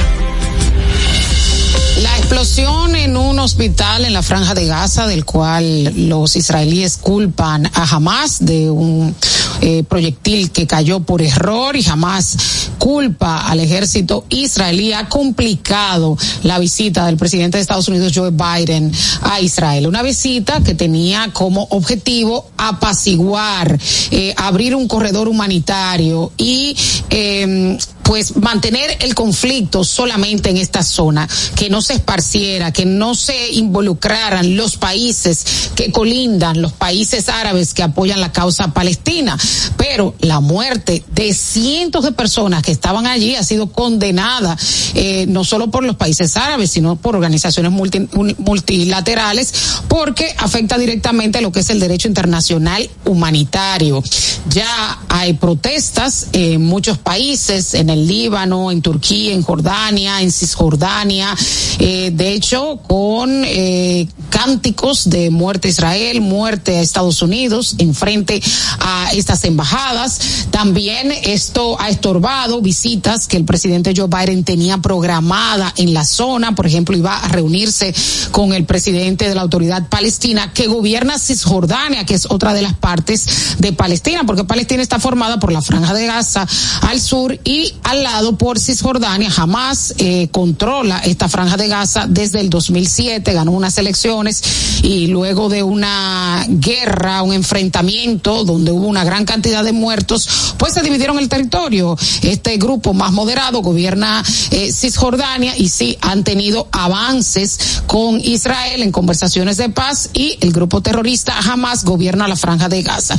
La explosión en un hospital en la Franja de Gaza, del cual los israelíes culpan a Hamás de un proyectil que cayó por error, y Hamás culpa al ejército israelí, ha complicado la visita del presidente de Estados Unidos, Joe Biden, a Israel. Una visita que tenía como objetivo apaciguar, abrir un corredor humanitario y pues mantener el conflicto solamente en esta zona, que no se esparciera, que no se involucraran los países que colindan, los países árabes que apoyan la causa palestina. Pero la muerte de cientos de personas que estaban allí ha sido condenada no solo por los países árabes, sino por organizaciones multilaterales, porque afecta directamente a lo que es el derecho internacional humanitario. Ya hay protestas en muchos países, en el Líbano, en Turquía, en Jordania, en Cisjordania, de hecho con cánticos de muerte a Israel, muerte a Estados Unidos en frente a estas embajadas. También esto ha estorbado visitas que el presidente Joe Biden tenía programada en la zona. Por ejemplo, iba a reunirse con el presidente de la Autoridad Palestina que gobierna Cisjordania, que es otra de las partes de Palestina, porque Palestina está formada por la Franja de Gaza al sur y al lado por Cisjordania. Hamás controla esta Franja de Gaza desde el 2007, ganó unas elecciones y luego de una guerra, un enfrentamiento donde hubo una gran cantidad de muertos, pues se dividieron el territorio. Este grupo más moderado gobierna Cisjordania y sí han tenido avances con Israel en conversaciones de paz, y el grupo terrorista Hamás gobierna la Franja de Gaza.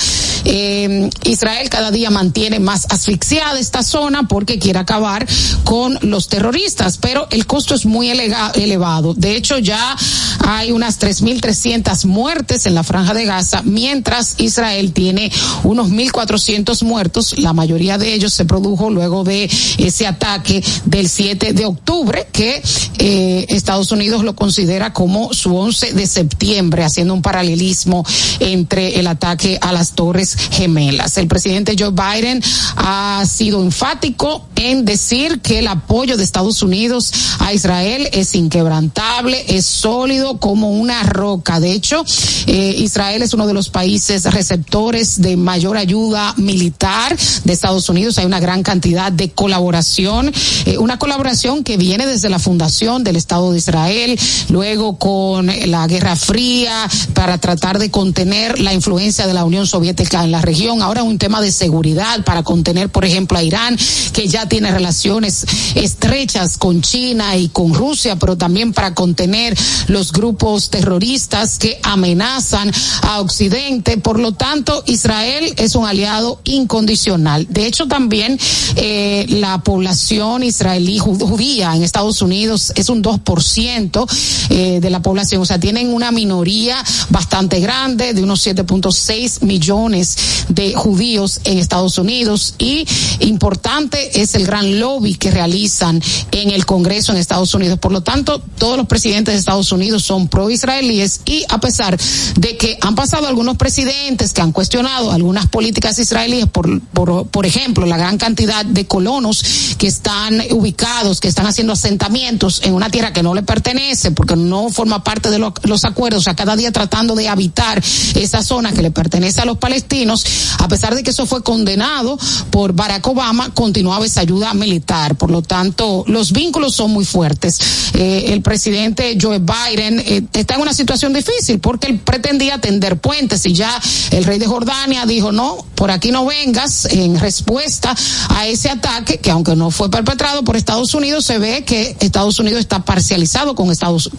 Israel cada día mantiene más asfixiada esta zona porque quiere acabar con los terroristas, pero el costo es muy elevado. De hecho, ya hay unas 3.300 muertes en la Franja de Gaza, mientras Israel tiene unos 1.400 muertos. La mayoría de ellos se produjo luego de ese ataque del 7 de octubre, que Estados Unidos lo considera como su 11 de septiembre, haciendo un paralelismo entre el ataque a las Torres Gemelas. El presidente Joe Biden ha sido enfático en decir que el apoyo de Estados Unidos a Israel es inquebrantable, es sólido como una roca. De hecho, Israel es uno de los países receptores de mayor ayuda militar de Estados Unidos. Hay una gran cantidad de colaboración, una colaboración que viene desde la fundación del Estado de Israel, luego con la Guerra Fría, para tratar de contener la influencia de la Unión Soviética en la región. Ahora un tema de seguridad para contener, por ejemplo, a Irán, que ya tiene relaciones estrechas con China y con Rusia, pero también para contener los grupos terroristas que amenazan a Occidente. Por lo tanto, Israel es un aliado incondicional. De hecho, también la población israelí judía en Estados Unidos es un 2% de la población, o sea, tienen una minoría bastante grande de unos 7.6 millones de judíos en Estados Unidos, y importante es el gran lobby que realizan en el Congreso en Estados Unidos. Por lo tanto, todos los presidentes de Estados Unidos son pro-israelíes, y a pesar de que han pasado algunos presidentes que han cuestionado algunas políticas israelíes, por ejemplo, la gran cantidad de colonos que están ubicados, que están haciendo asentamientos en una tierra que no le pertenece porque no forma parte de los acuerdos, o sea, cada día tratando de habitar esa zona que le pertenece a los palestinos. A pesar de que eso fue condenado por Barack Obama, continuaba esa ayuda militar. Por lo tanto, los vínculos son muy fuertes. El presidente Joe Biden está en una situación difícil porque él pretendía tender puentes, y ya el rey de Jordania dijo: no, por aquí no vengas, en respuesta a ese ataque que, aunque no fue perpetrado por Estados Unidos, se ve que Estados Unidos está parcializado con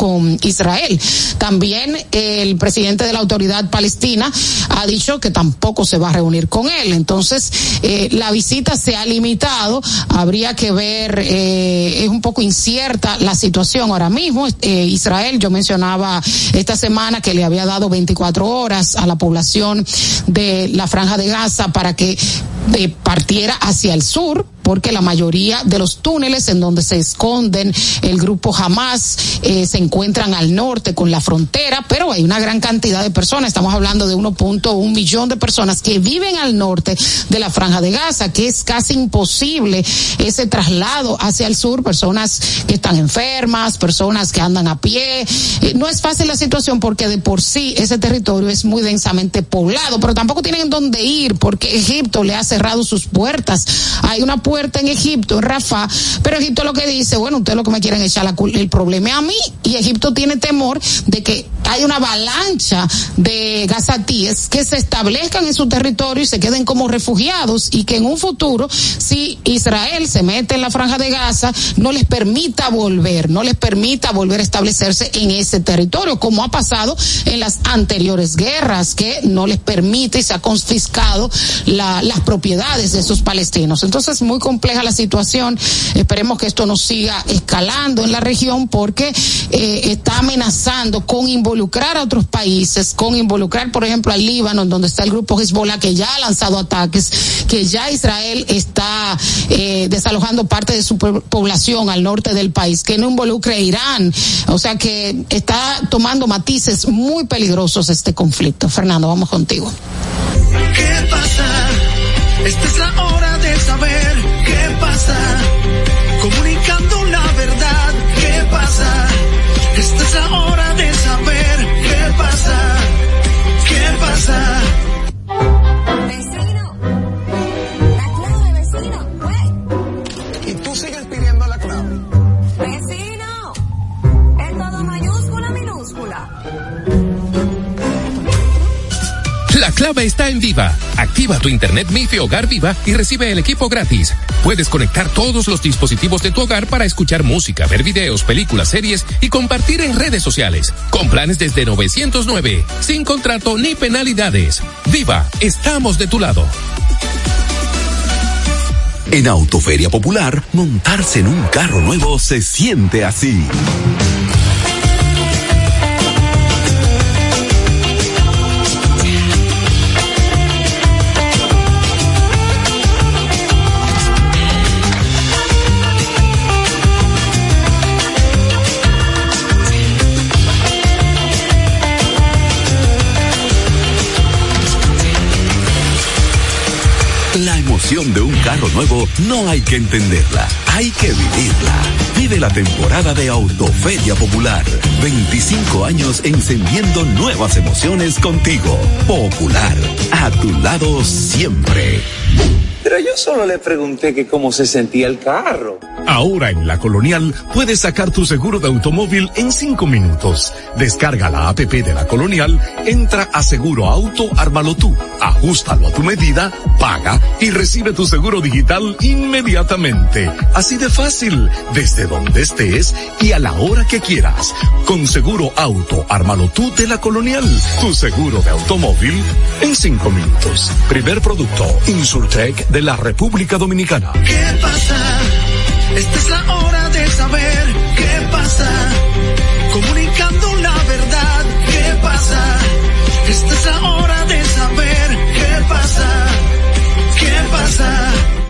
Israel. También el presidente de la Autoridad Palestina ha dicho que tampoco se va a reunir con él. Entonces, la visita se ha limitado. Habría que ver, es un poco incierta la situación ahora mismo. Israel, yo mencionaba esta semana que le había dado 24 horas a la población de la Franja de Gaza para que partiera hacia el sur, porque la mayoría de los túneles en donde se esconden el grupo Hamás se encuentran al norte con la frontera, pero hay una gran cantidad de personas, estamos hablando de 1.1 millón de personas que viven al norte de la Franja de Gaza, que es casi imposible ese traslado hacia el sur, personas que están enfermas, personas que andan a pie. No es fácil la situación porque de por sí ese territorio es muy densamente poblado, pero tampoco tienen dónde ir porque Egipto le ha cerrado sus puertas. Hay una puerta en Egipto, en Rafah, pero Egipto lo que dice: bueno, ustedes lo que me quieren echar el problema a mí, y Egipto tiene temor de que hay una avalancha de gazatíes que se establezcan en su territorio y se queden como refugiados, y que en un futuro, si Israel se mete en la franja de Gaza, no les permita volver a establecerse en ese territorio, como ha pasado en las anteriores guerras, que no les permite y se ha confiscado las propiedades de esos palestinos. Entonces, muy compleja la situación. Esperemos que esto no siga escalando en la región, porque está amenazando con involucrar a otros países, con involucrar, por ejemplo, al Líbano, en donde está el grupo Hezbollah, que ya ha lanzado ataques, que ya Israel está desalojando parte de su población al norte del país, que no involucre a Irán. O sea que está tomando matices muy peligrosos este conflicto. Fernando, vamos contigo. ¿Qué pasa? Esta es la hora de saber qué pasa. Comunicando la verdad, ¿qué pasa? Esta es la hora de saber qué pasa. ¿Qué pasa? Vecino, la clave, vecino, güey. Y tú sigues pidiendo la clave. Vecino, es todo mayúscula, minúscula. La clave está en Viva. Activa tu internet MIFI Hogar Viva y recibe el equipo gratis. Puedes conectar todos los dispositivos de tu hogar para escuchar música, ver videos, películas, series y compartir en redes sociales. Con planes desde 909, sin contrato ni penalidades. Viva, estamos de tu lado. En Autoferia Popular, montarse en un carro nuevo se siente así. La emoción de un carro nuevo no hay que entenderla, hay que vivirla. Vive la temporada de Autoferia Popular. 25 años encendiendo nuevas emociones contigo. Popular, a tu lado siempre. Pero yo solo le pregunté que cómo se sentía el carro. Ahora en La Colonial puedes sacar tu seguro de automóvil en 5 minutos. Descarga la app de La Colonial, entra a Seguro Auto, ármalo tú, ajústalo a tu medida, paga y recibe tu seguro digital inmediatamente. Así de fácil, desde donde estés y a la hora que quieras. Con Seguro Auto, ármalo tú de La Colonial, tu seguro de automóvil en 5 minutos. Primer producto, Insurtech de la República Dominicana. ¿Qué pasa? Esta es la hora de saber qué pasa. Comunicando la verdad, ¿qué pasa? Esta es la hora de saber qué pasa. ¿Qué pasa?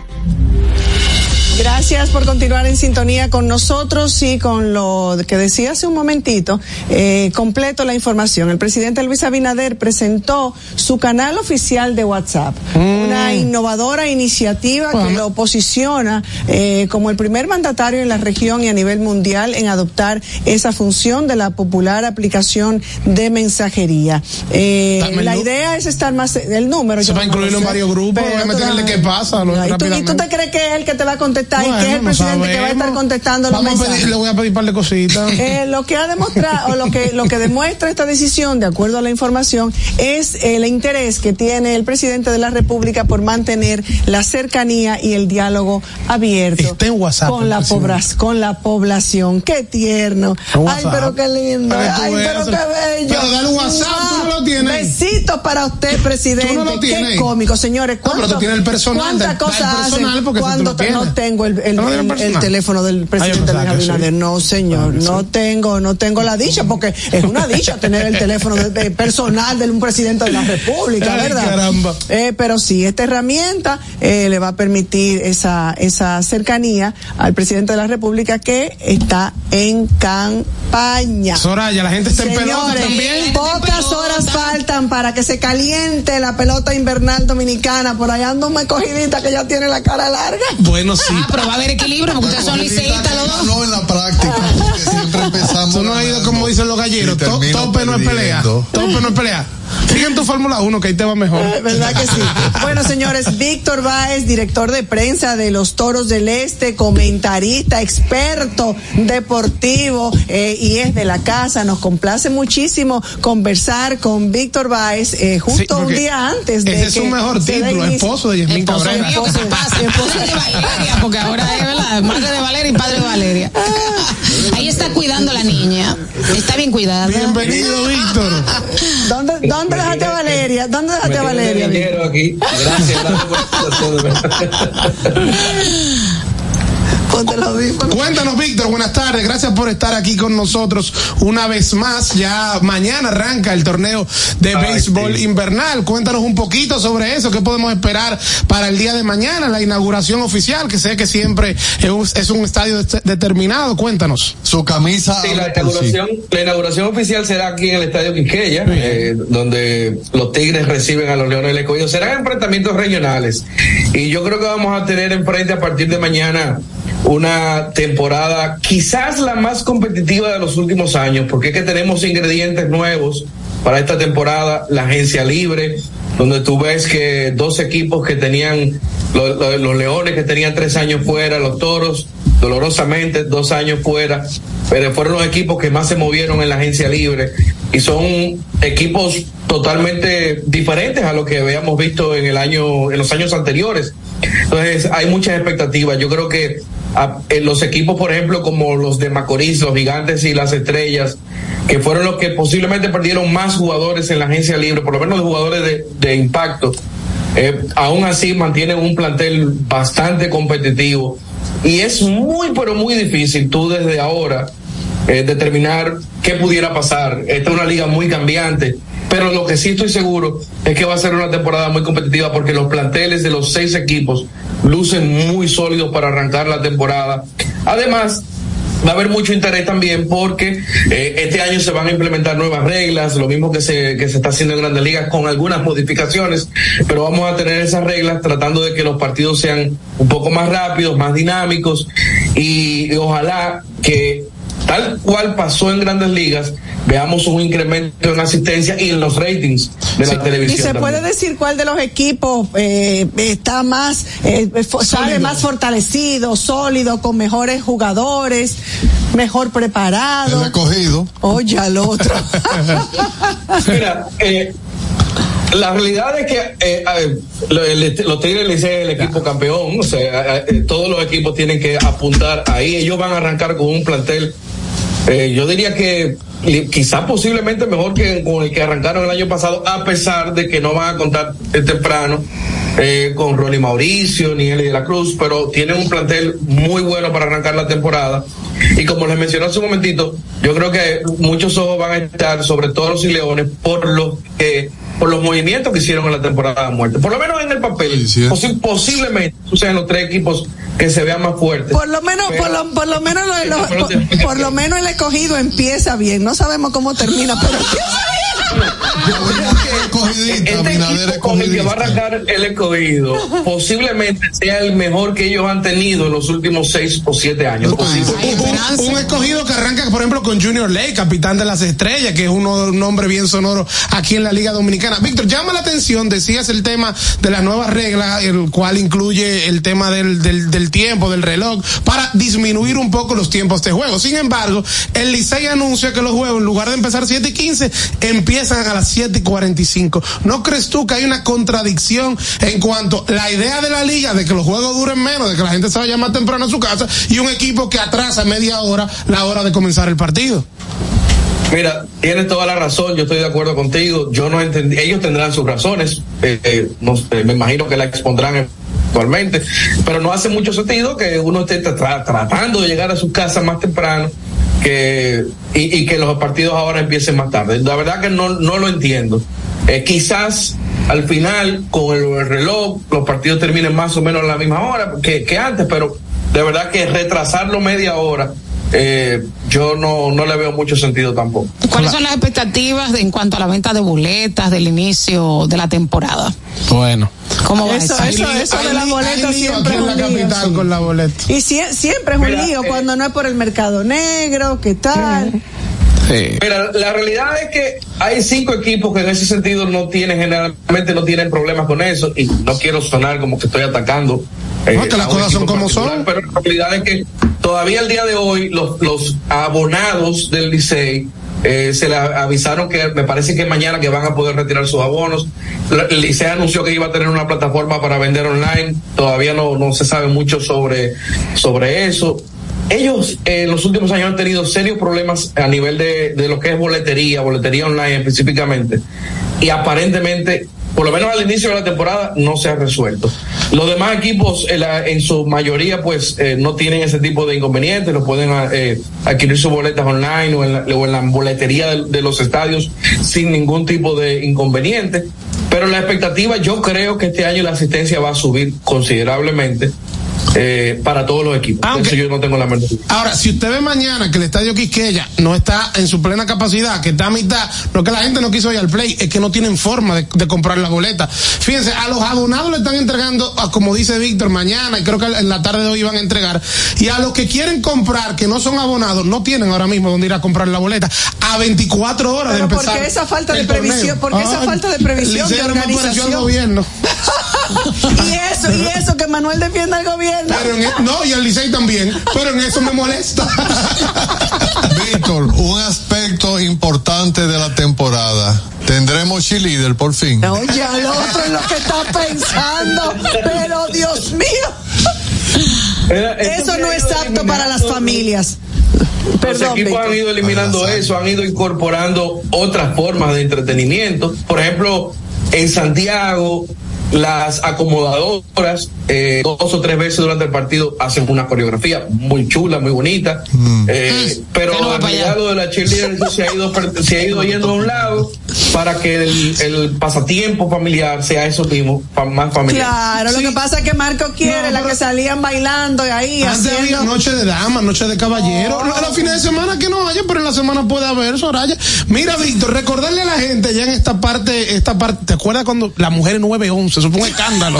Gracias por continuar en sintonía con nosotros y con lo que decía hace un momentito, completo la información. El presidente Luis Abinader presentó su canal oficial de WhatsApp, una innovadora iniciativa que lo posiciona como el primer mandatario en la región y a nivel mundial en adoptar esa función de la popular aplicación de mensajería. La idea es estar más, el número. Se va a incluirlo en varios grupos, voy a meterle qué pasa. ¿Y tú te crees que es el que te va a contestar? Bueno, y que es el presidente que va a estar contestando los mensajes. Le voy a pedir un par de cositas. Lo que ha demostrado, o lo que demuestra esta decisión, de acuerdo a la información, es el interés que tiene el presidente de la República por mantener la cercanía y el diálogo abierto. Está en WhatsApp, con la población. Qué tierno. Ay, pero qué lindo. Ay, pero qué bello. Pero dale WhatsApp, tú no lo tienes. Besitos para usted, presidente. Tú no lo tienes. Qué cómico, señores. No, pero tú tienes el personal. ¿Cuántas cosas hacen cuando no tengo el teléfono del presidente Luis Abinader? No, señor, no tengo la dicha, porque es una dicha tener el teléfono personal de un presidente de la República, ¿verdad? Caramba. Pero sí, esta herramienta le va a permitir esa cercanía al presidente de la República, que está en campaña. Soraya, la gente está en pelota también. Pocas horas faltan para que se caliente la pelota invernal dominicana? Por allá anda una escogidita que ya tiene la cara larga. Bueno, sí. Pero va a haber equilibrio porque ustedes son liceístas los dos. No, en la práctica, porque siempre empezamos. Tú no has ido como dicen los galleros. Tope no es pelea. Tope no es pelea. Sigue en tu Fórmula 1 que ahí te va mejor. ¿Verdad que sí? Bueno, señores, Víctor Báez, director de prensa de los Toros del Este, comentarista, experto deportivo y es de la casa. Nos complace muchísimo conversar con Víctor Báez justo un día antes de ese es su mejor título, esposo de Yasmín Cabrera. Esposo de Valeria, porque ahora es verdad, madre de Valeria y padre de Valeria. Ahí está cuidando a la niña. Está bien cuidada. Bienvenido, Víctor. ¿Dónde dejaste a Valeria? ¿Dónde dejaste a Valeria? Aquí. Gracias por Cuéntanos, Víctor, buenas tardes, gracias por estar aquí con nosotros una vez más. Ya mañana arranca el torneo de béisbol invernal. Cuéntanos un poquito sobre eso, qué podemos esperar para el día de mañana, la inauguración oficial, que sé que siempre es un estadio determinado. Cuéntanos. Su camisa. Sí, la inauguración oficial será aquí en el Estadio Quisqueya, donde los Tigres reciben a los Leones del Escogido. Serán enfrentamientos regionales y yo creo que vamos a tener enfrente a partir de mañana una temporada quizás la más competitiva de los últimos años, porque es que tenemos ingredientes nuevos para esta temporada. La agencia libre, donde tú ves que dos equipos que tenían, los Leones que tenían 3 años fuera, los Toros dolorosamente 2 años fuera, pero fueron los equipos que más se movieron en la agencia libre y son equipos totalmente diferentes a lo que habíamos visto en los años anteriores. Entonces hay muchas expectativas. Yo creo que en los equipos, por ejemplo, como los de Macorís, los Gigantes y las Estrellas, que fueron los que posiblemente perdieron más jugadores en la agencia libre, por lo menos de jugadores de impacto, aún así mantienen un plantel bastante competitivo y es muy, pero muy difícil tú desde ahora determinar qué pudiera pasar. Esta es una liga muy cambiante, pero lo que sí estoy seguro es que va a ser una temporada muy competitiva porque los planteles de los 6 equipos lucen muy sólidos para arrancar la temporada. Además, va a haber mucho interés también porque este año se van a implementar nuevas reglas, lo mismo que se está haciendo en Grandes Ligas con algunas modificaciones, pero vamos a tener esas reglas tratando de que los partidos sean un poco más rápidos, más dinámicos y ojalá que tal cual pasó en Grandes Ligas, veamos un incremento en asistencia y en los ratings de la televisión. ¿Y se puede decir cuál de los equipos está más, sale más fortalecido, sólido, con mejores jugadores, mejor preparado? El Escogido. Oye, al otro. Mira, la realidad es que los Tigres le dicen el equipo campeón, o sea, todos los equipos tienen que apuntar ahí. Ellos van a arrancar con un plantel, yo diría que quizá posiblemente mejor que con el que arrancaron el año pasado, a pesar de que no van a contar temprano con Ronnie Mauricio ni Eli de la Cruz, pero tienen un plantel muy bueno para arrancar la temporada. Y como les mencioné hace un momentito, yo creo que muchos ojos van a estar sobre Toros y Leones por los movimientos que hicieron en la temporada de muerte, por lo menos en el papel. Posiblemente sean los 3 equipos que se vean más fuertes. Por lo menos el Escogido empieza bien. No sabemos cómo termina, pero empieza bien. Este equipo con el que va a arrancar el Escogido posiblemente sea el mejor que ellos han tenido en los últimos 6 o 7 años. Un Escogido que arranca, por ejemplo, con Junior Lake, capitán de las Estrellas, que es un nombre bien sonoro aquí en la Liga Dominicana. Víctor, llama la atención, decías el tema de las nuevas reglas, el cual incluye el tema del tiempo, del reloj, para disminuir un poco los tiempos de juego. Sin embargo, el Licey anuncia que los juegos, en lugar de empezar 7:15, empiezan a las 7:45. ¿No crees tú que hay una contradicción en cuanto a la idea de la liga de que los juegos duren menos, de que la gente se vaya más temprano a su casa, y un equipo que atrasa media hora la hora de comenzar el partido? Mira, tienes toda la razón, yo estoy de acuerdo contigo. Yo no entendí, ellos tendrán sus razones, no sé, me imagino que la expondrán actualmente, pero no hace mucho sentido que uno esté tratando de llegar a su casa más temprano y que los partidos ahora empiecen más tarde. La verdad que no lo entiendo. Quizás al final con el reloj los partidos terminen más o menos a la misma hora que antes, pero de verdad que retrasarlo media hora yo no le veo mucho sentido tampoco. ¿Cuáles son las expectativas en cuanto a la venta de boletas del inicio de la temporada? Bueno. ¿Cómo va eso de las boletas siempre es un en la lío, capital sí. con la boleta. Y siempre es un lío cuando no es por el mercado negro, ¿qué tal? Sí. Mira, la realidad es que hay 5 equipos que en ese sentido generalmente no tienen problemas con eso, y no quiero sonar como que estoy atacando. No, que las cosas son como son. Pero la realidad es que todavía el día de hoy los abonados del Licey se le avisaron que me parece que mañana que van a poder retirar sus abonos. El Licey anunció que iba a tener una plataforma para vender online. Todavía no se sabe mucho sobre eso. Ellos en los últimos años han tenido serios problemas a nivel de lo que es boletería online específicamente, y aparentemente, por lo menos al inicio de la temporada, no se ha resuelto. Los demás equipos en su mayoría pues no tienen ese tipo de inconvenientes, lo pueden adquirir sus boletas online o en la boletería de los estadios sin ningún tipo de inconveniente. Pero la expectativa, yo creo que este año la asistencia va a subir considerablemente para todos los equipos. Eso yo no tengo la menor duda. Ahora, si usted ve mañana que el estadio Quisqueya no está en su plena capacidad, que está a mitad, no es que la gente no quiso ir al play, es que no tienen forma de comprar la boleta. Fíjense, a los abonados le están entregando, como dice Víctor, mañana, y creo que en la tarde de hoy van a entregar, y a los que quieren comprar, que no son abonados, no tienen ahora mismo dónde ir a comprar la boleta, a 24 horas de empezar. ¿Por qué esa falta de previsión? ¿Por qué esa falta de previsión de organización? Al gobierno. y eso que Manuel defienda al gobierno. No, y el Licey también, pero en eso me molesta. Víctor, un aspecto importante de la temporada. Tendremos cheerleader por fin. Oye, al otro es lo que está pensando, pero Dios mío. Eso no es apto para las familias. Los equipos han ido eliminando eso, han ido incorporando otras formas de entretenimiento. Por ejemplo, en Santiago, las acomodadoras 2 o 3 veces durante el partido hacen una coreografía muy chula, muy bonita, pero en realidad lo de la cheerleader se ha ido yendo a un lado para que el pasatiempo familiar sea eso mismo, más familiar. Claro, lo que pasa es que Marco quiere la que salían bailando y ahí antes había noche de damas, noche de caballeros, los fines de semana que no haya, pero en la semana puede haber, Soraya. Mira, Víctor, recordarle a la gente ya en esta parte, ¿te acuerdas cuando la mujer en 911? Eso fue un escándalo.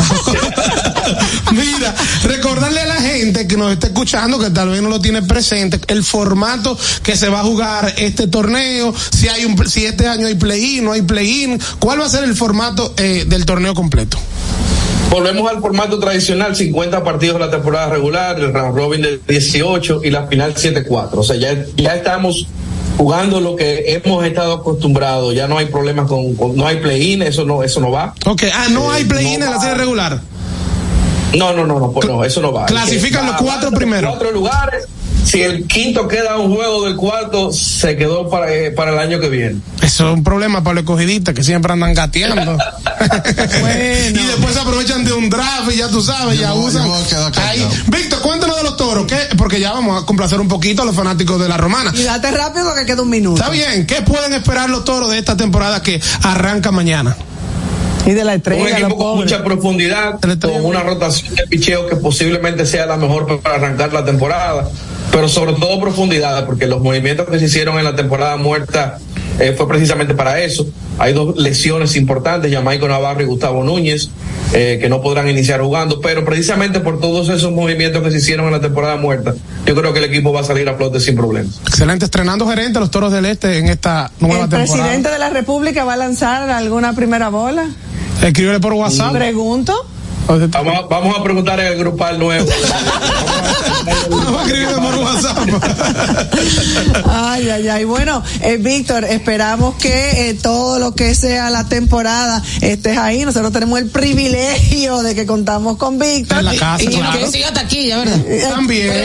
Mira, recordarle a la gente que nos está escuchando, que tal vez no lo tiene presente, el formato que se va a jugar este torneo, si este año hay play-in, no hay play-in, ¿cuál va a ser el formato del torneo completo? Volvemos al formato tradicional, 50 partidos de la temporada regular, el round robin de 18 y la final 7-4. O sea, ya estamos jugando lo que hemos estado acostumbrados, ya no hay problemas no hay play-in, eso no va. Okay, no hay play-in en la serie regular. No, eso no va. Clasifican los 4 primeros. 4 lugares. Si el quinto queda un juego del cuarto, se quedó para el año que viene. Eso es un problema para los escogidistas que siempre andan gateando. Bueno. Y después se aprovechan de un draft y ya tú sabes, ya usan. Ahí. Víctor, cuéntanos de los toros, porque ya vamos a complacer un poquito a los fanáticos de la Romana. Y date rápido que queda un minuto. Está bien, ¿qué pueden esperar los toros de esta temporada que arranca mañana? Y de la estrella, un equipo con mucha profundidad, con una rotación de picheo que posiblemente sea la mejor para arrancar la temporada, pero sobre todo profundidad, porque los movimientos que se hicieron en la temporada muerta fue precisamente para eso. Hay 2 lesiones importantes, Jamaico Navarro y Gustavo Núñez, que no podrán iniciar jugando, pero precisamente por todos esos movimientos que se hicieron en la temporada muerta, yo creo que el equipo va a salir a flote sin problemas. Excelente, estrenando gerente los Toros del Este en esta nueva temporada. ¿El presidente de la República va a lanzar alguna primera bola? Escríbele por WhatsApp. Pregunto. Vamos a preguntar en el grupal nuevo. Vamos a escribirle por WhatsApp. Ay. Bueno, Víctor, esperamos que todo lo que sea la temporada estés ahí. Nosotros tenemos el privilegio de que contamos con Víctor. En la casa, y claro. que siga taquilla, ¿verdad? También.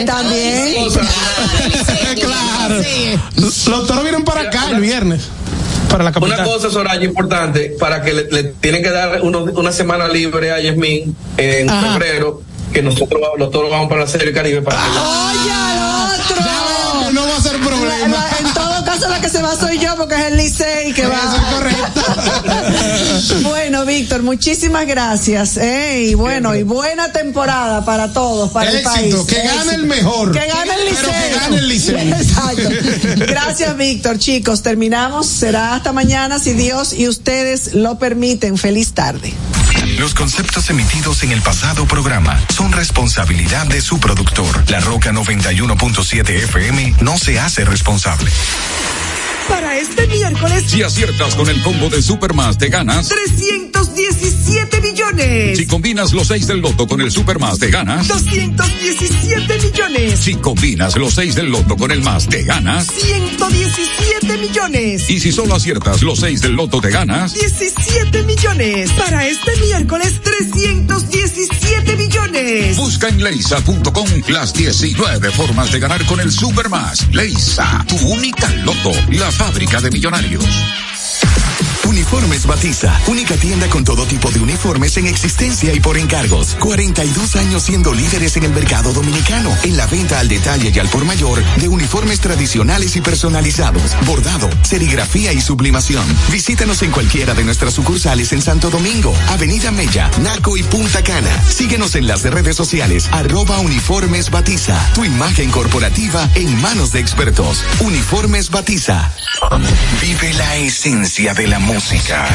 Claro. Los toros vienen para acá el viernes. Para la capital. Una cosa, Soraya, importante, para que le tienen que dar una semana libre a Yasmín en febrero, que nosotros los toros vamos para la Serie del Caribe. ¡Oye, al otro! No va a ser problema. En todo caso, Entonces la que se va soy yo porque es el Licey que va. Eso es correcto. Bueno, Víctor, muchísimas gracias. Y bueno, y buena temporada para todos, para el país. Que gane el mejor. Que gane el Licey. Pero que gane el Licey. Exacto. Gracias, Víctor. Chicos, terminamos. Será hasta mañana, si Dios y ustedes lo permiten. Feliz tarde. Los conceptos emitidos en el pasado programa son responsabilidad de su productor. La Roca 91.7 FM no se hace responsable. Para este miércoles, si aciertas con el combo de Supermás, te ganas 317 millones. Si combinas los 6 del loto con el Supermás, te ganas 217 millones. Si combinas los 6 del loto con el más, te ganas 117 millones. Y si solo aciertas los 6 del loto, te ganas 17 millones. Para este miércoles, 317 millones. Busca en leisa.com las 19 formas de ganar con el Supermás. Leisa, tu única loto, la fábrica de millonarios. Uniformes Batiza, única tienda con todo tipo de uniformes en existencia y por encargos. 42 años siendo líderes en el mercado dominicano, en la venta al detalle y al por mayor de uniformes tradicionales y personalizados, bordado, serigrafía y sublimación. Visítanos en cualquiera de nuestras sucursales en Santo Domingo, Avenida Mella, Naco y Punta Cana. Síguenos en las redes sociales, @Uniformes Batiza. Tu imagen corporativa en manos de expertos. Uniformes Batiza. Vive la esencia de la música.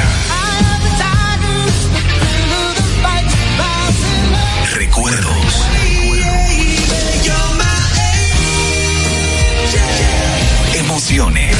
Recuerdos. Emociones.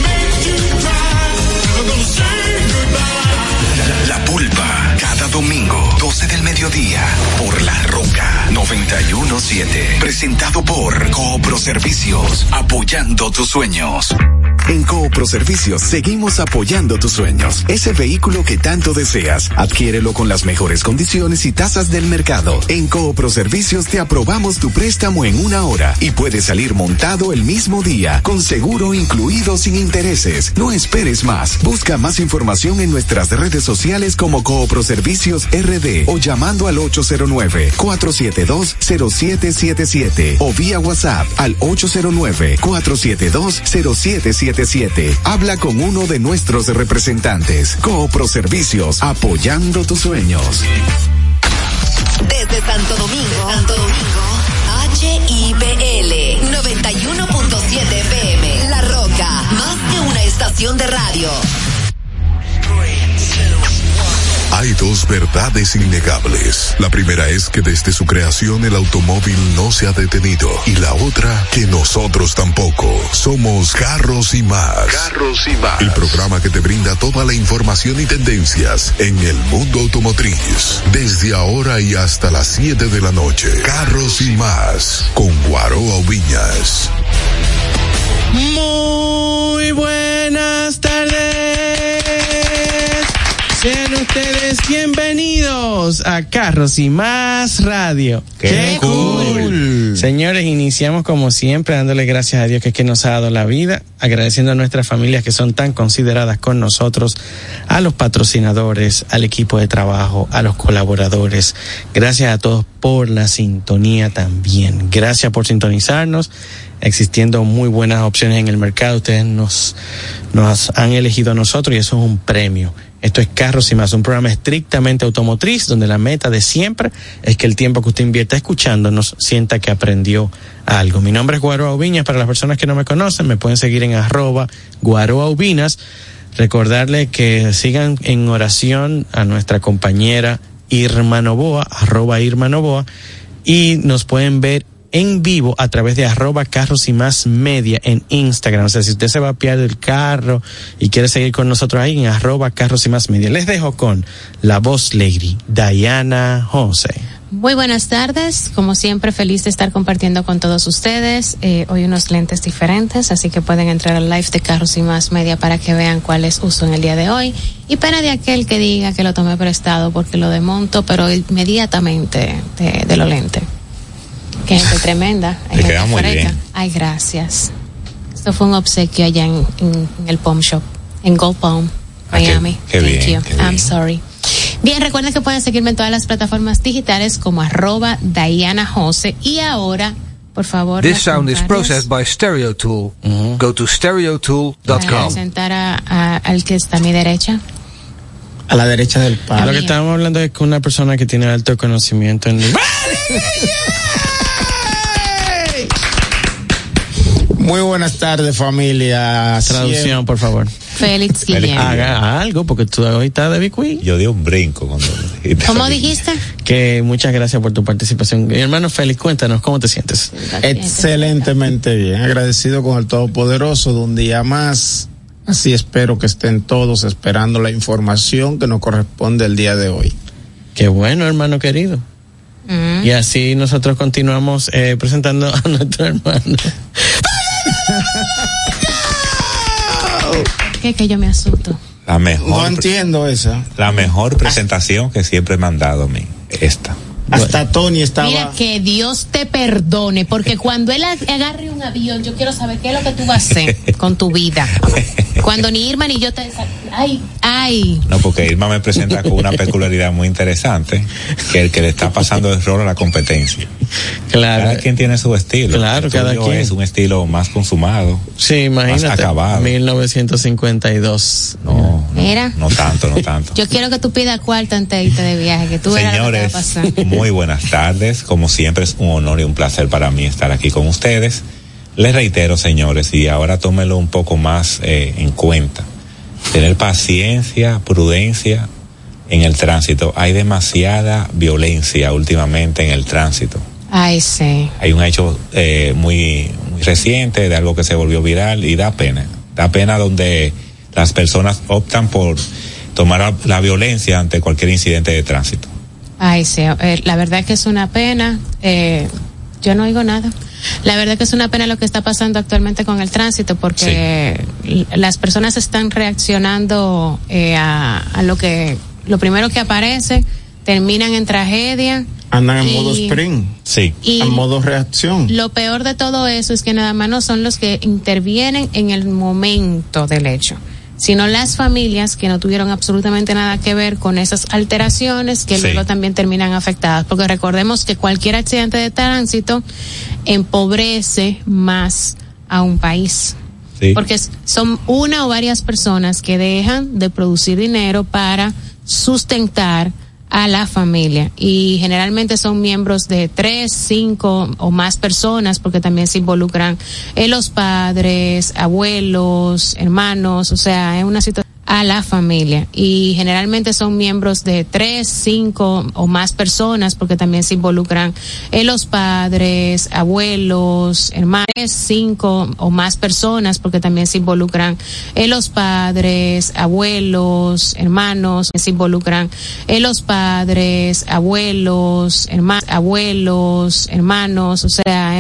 La Pulpa, cada domingo, 12 del mediodía, por La Roca 91.7. Presentado por Coopro Servicios, apoyando tus sueños. En Coopro Servicios seguimos apoyando tus sueños. Ese vehículo que tanto deseas, adquiérelo con las mejores condiciones y tasas del mercado. En Coopro Servicios te aprobamos tu préstamo en 1 hora y puedes salir montado el mismo día, con seguro incluido sin intereses. No esperes más. Busca más información en nuestras redes sociales como Coopro Servicios RD o llamando al 809-472-0777 o vía WhatsApp al 809-472-0777. Habla con uno de nuestros representantes. Coopro Servicios, apoyando tus sueños. Desde Santo Domingo, HIPL 91.7 FM. La Roca, más que una estación de radio. Hay dos verdades innegables. La primera es que desde su creación el automóvil no se ha detenido. Y la otra, que nosotros tampoco. Somos Carros y Más. Carros y Más. El programa que te brinda toda la información y tendencias en el mundo automotriz. Desde ahora y hasta las 7 de la noche. Carros y Más. Con Guaroa Viñas. Muy buenas tardes. Sean ustedes bienvenidos a Carros y Más Radio. ¡Qué cool! Señores, iniciamos como siempre dándole gracias a Dios que es quien nos ha dado la vida, agradeciendo a nuestras familias que son tan consideradas con nosotros, a los patrocinadores, al equipo de trabajo, a los colaboradores. Gracias a todos por la sintonía también. Gracias por sintonizarnos. Existiendo muy buenas opciones en el mercado, ustedes nos han elegido a nosotros y eso es un premio. Esto es Carros y Más, un programa estrictamente automotriz, donde la meta de siempre es que el tiempo que usted invierta escuchándonos sienta que aprendió algo. Mi nombre es Guaroa Ubiñas. Para las personas que no me conocen, me pueden seguir en @Guaroa Ubinas. Recordarle que sigan en oración a nuestra compañera Irma Novoa, @Irma Novoa, y nos pueden ver en vivo a través de @Carros y Más Media en Instagram. O sea, si usted se va a pillar del carro y quiere seguir con nosotros ahí en @Carros y Más Media. Les dejo con la voz lady, Diana Jose. Muy buenas tardes, como siempre feliz de estar compartiendo con todos ustedes, hoy unos lentes diferentes, así que pueden entrar al live de Carros y Más Media para que vean cuáles uso en el día de hoy, y pena de aquel que diga que lo tomé prestado porque lo desmonto, pero inmediatamente de los lentes. Qué gente tremenda. Le queda muy bien. Ay, gracias. Esto fue un obsequio allá en el Palm Shop, en Gold Palm, Miami. Qué Thank bien, you. qué bien. I'm sorry. Bien, recuerden que pueden seguirme en todas las plataformas digitales como @Diana Jose, y ahora por favor. This sound is processed by Stereo Tool. Go to stereotool.com. Para presentar al que está a mi derecha. A la derecha del padre. Lo que estábamos hablando es con una persona que tiene alto conocimiento en Muy buenas tardes, familia. Traducción, por favor. Félix Guillén. Haga algo, porque tú hoy estás de Bicuí. Yo di un brinco cuando... ¿Cómo dijiste? Que muchas gracias por tu participación. Mi hermano Félix, cuéntanos, ¿cómo te sientes? Excelentemente bien. Agradecido con el Todopoderoso de un día más. Así espero que estén todos esperando la información que nos corresponde el día de hoy. Qué bueno, hermano querido. Y así nosotros continuamos presentando a nuestro hermano. Que yo me asusto. La mejor. No entiendo esa. La mejor presentación que siempre me han dado a mí. Esta. Hasta Tony estaba. Mira, que Dios te perdone, porque cuando él agarre un avión, yo quiero saber qué es lo que tú vas a hacer con tu vida. Cuando ni Irma ni yo te... Ay. No, porque Irma me presenta con una peculiaridad muy interesante, que el que le está pasando el rol a la competencia. Claro. Cada quien tiene su estilo. Claro, cada quien. Es un estilo más consumado. Sí, imagínate. Más acabado. 1952. No. Mira. No tanto. Yo quiero que tú pidas cuarto antes de irte de viaje, que tú verás lo que te va a pasar. Muy buenas tardes. Como siempre es un honor y un placer para mí estar aquí con ustedes. Les reitero, señores, y ahora tómenlo un poco más en cuenta. Tener paciencia, prudencia en el tránsito. Hay demasiada violencia últimamente en el tránsito. Ay, sí. Hay un hecho muy reciente de algo que se volvió viral y da pena. Da pena donde las personas optan por tomar la violencia ante cualquier incidente de tránsito. Ay, sí. La verdad que es una pena. Yo no oigo nada. La verdad que es una pena lo que está pasando actualmente con el tránsito, porque las personas están reaccionando a lo primero que aparece, terminan en tragedia. Andan en modo sprint. Sí. En modo reacción. Lo peor de todo eso es que nada más no son los que intervienen en el momento del hecho, sino las familias que no tuvieron absolutamente nada que ver con esas alteraciones que luego también terminan afectadas, porque recordemos que cualquier accidente de tránsito empobrece más a un país, porque son una o varias personas que dejan de producir dinero para sustentar a la familia, y generalmente son miembros de 3, 5 o más personas, porque también se involucran los padres, abuelos, hermanos, o sea, es una situación a la familia, y generalmente son miembros de 3, 5 o más personas, porque también se involucran los padres, abuelos, hermanos, 5 o más personas, porque también se involucran los padres, abuelos, hermanos, se involucran los padres, abuelos, hermanos, o sea,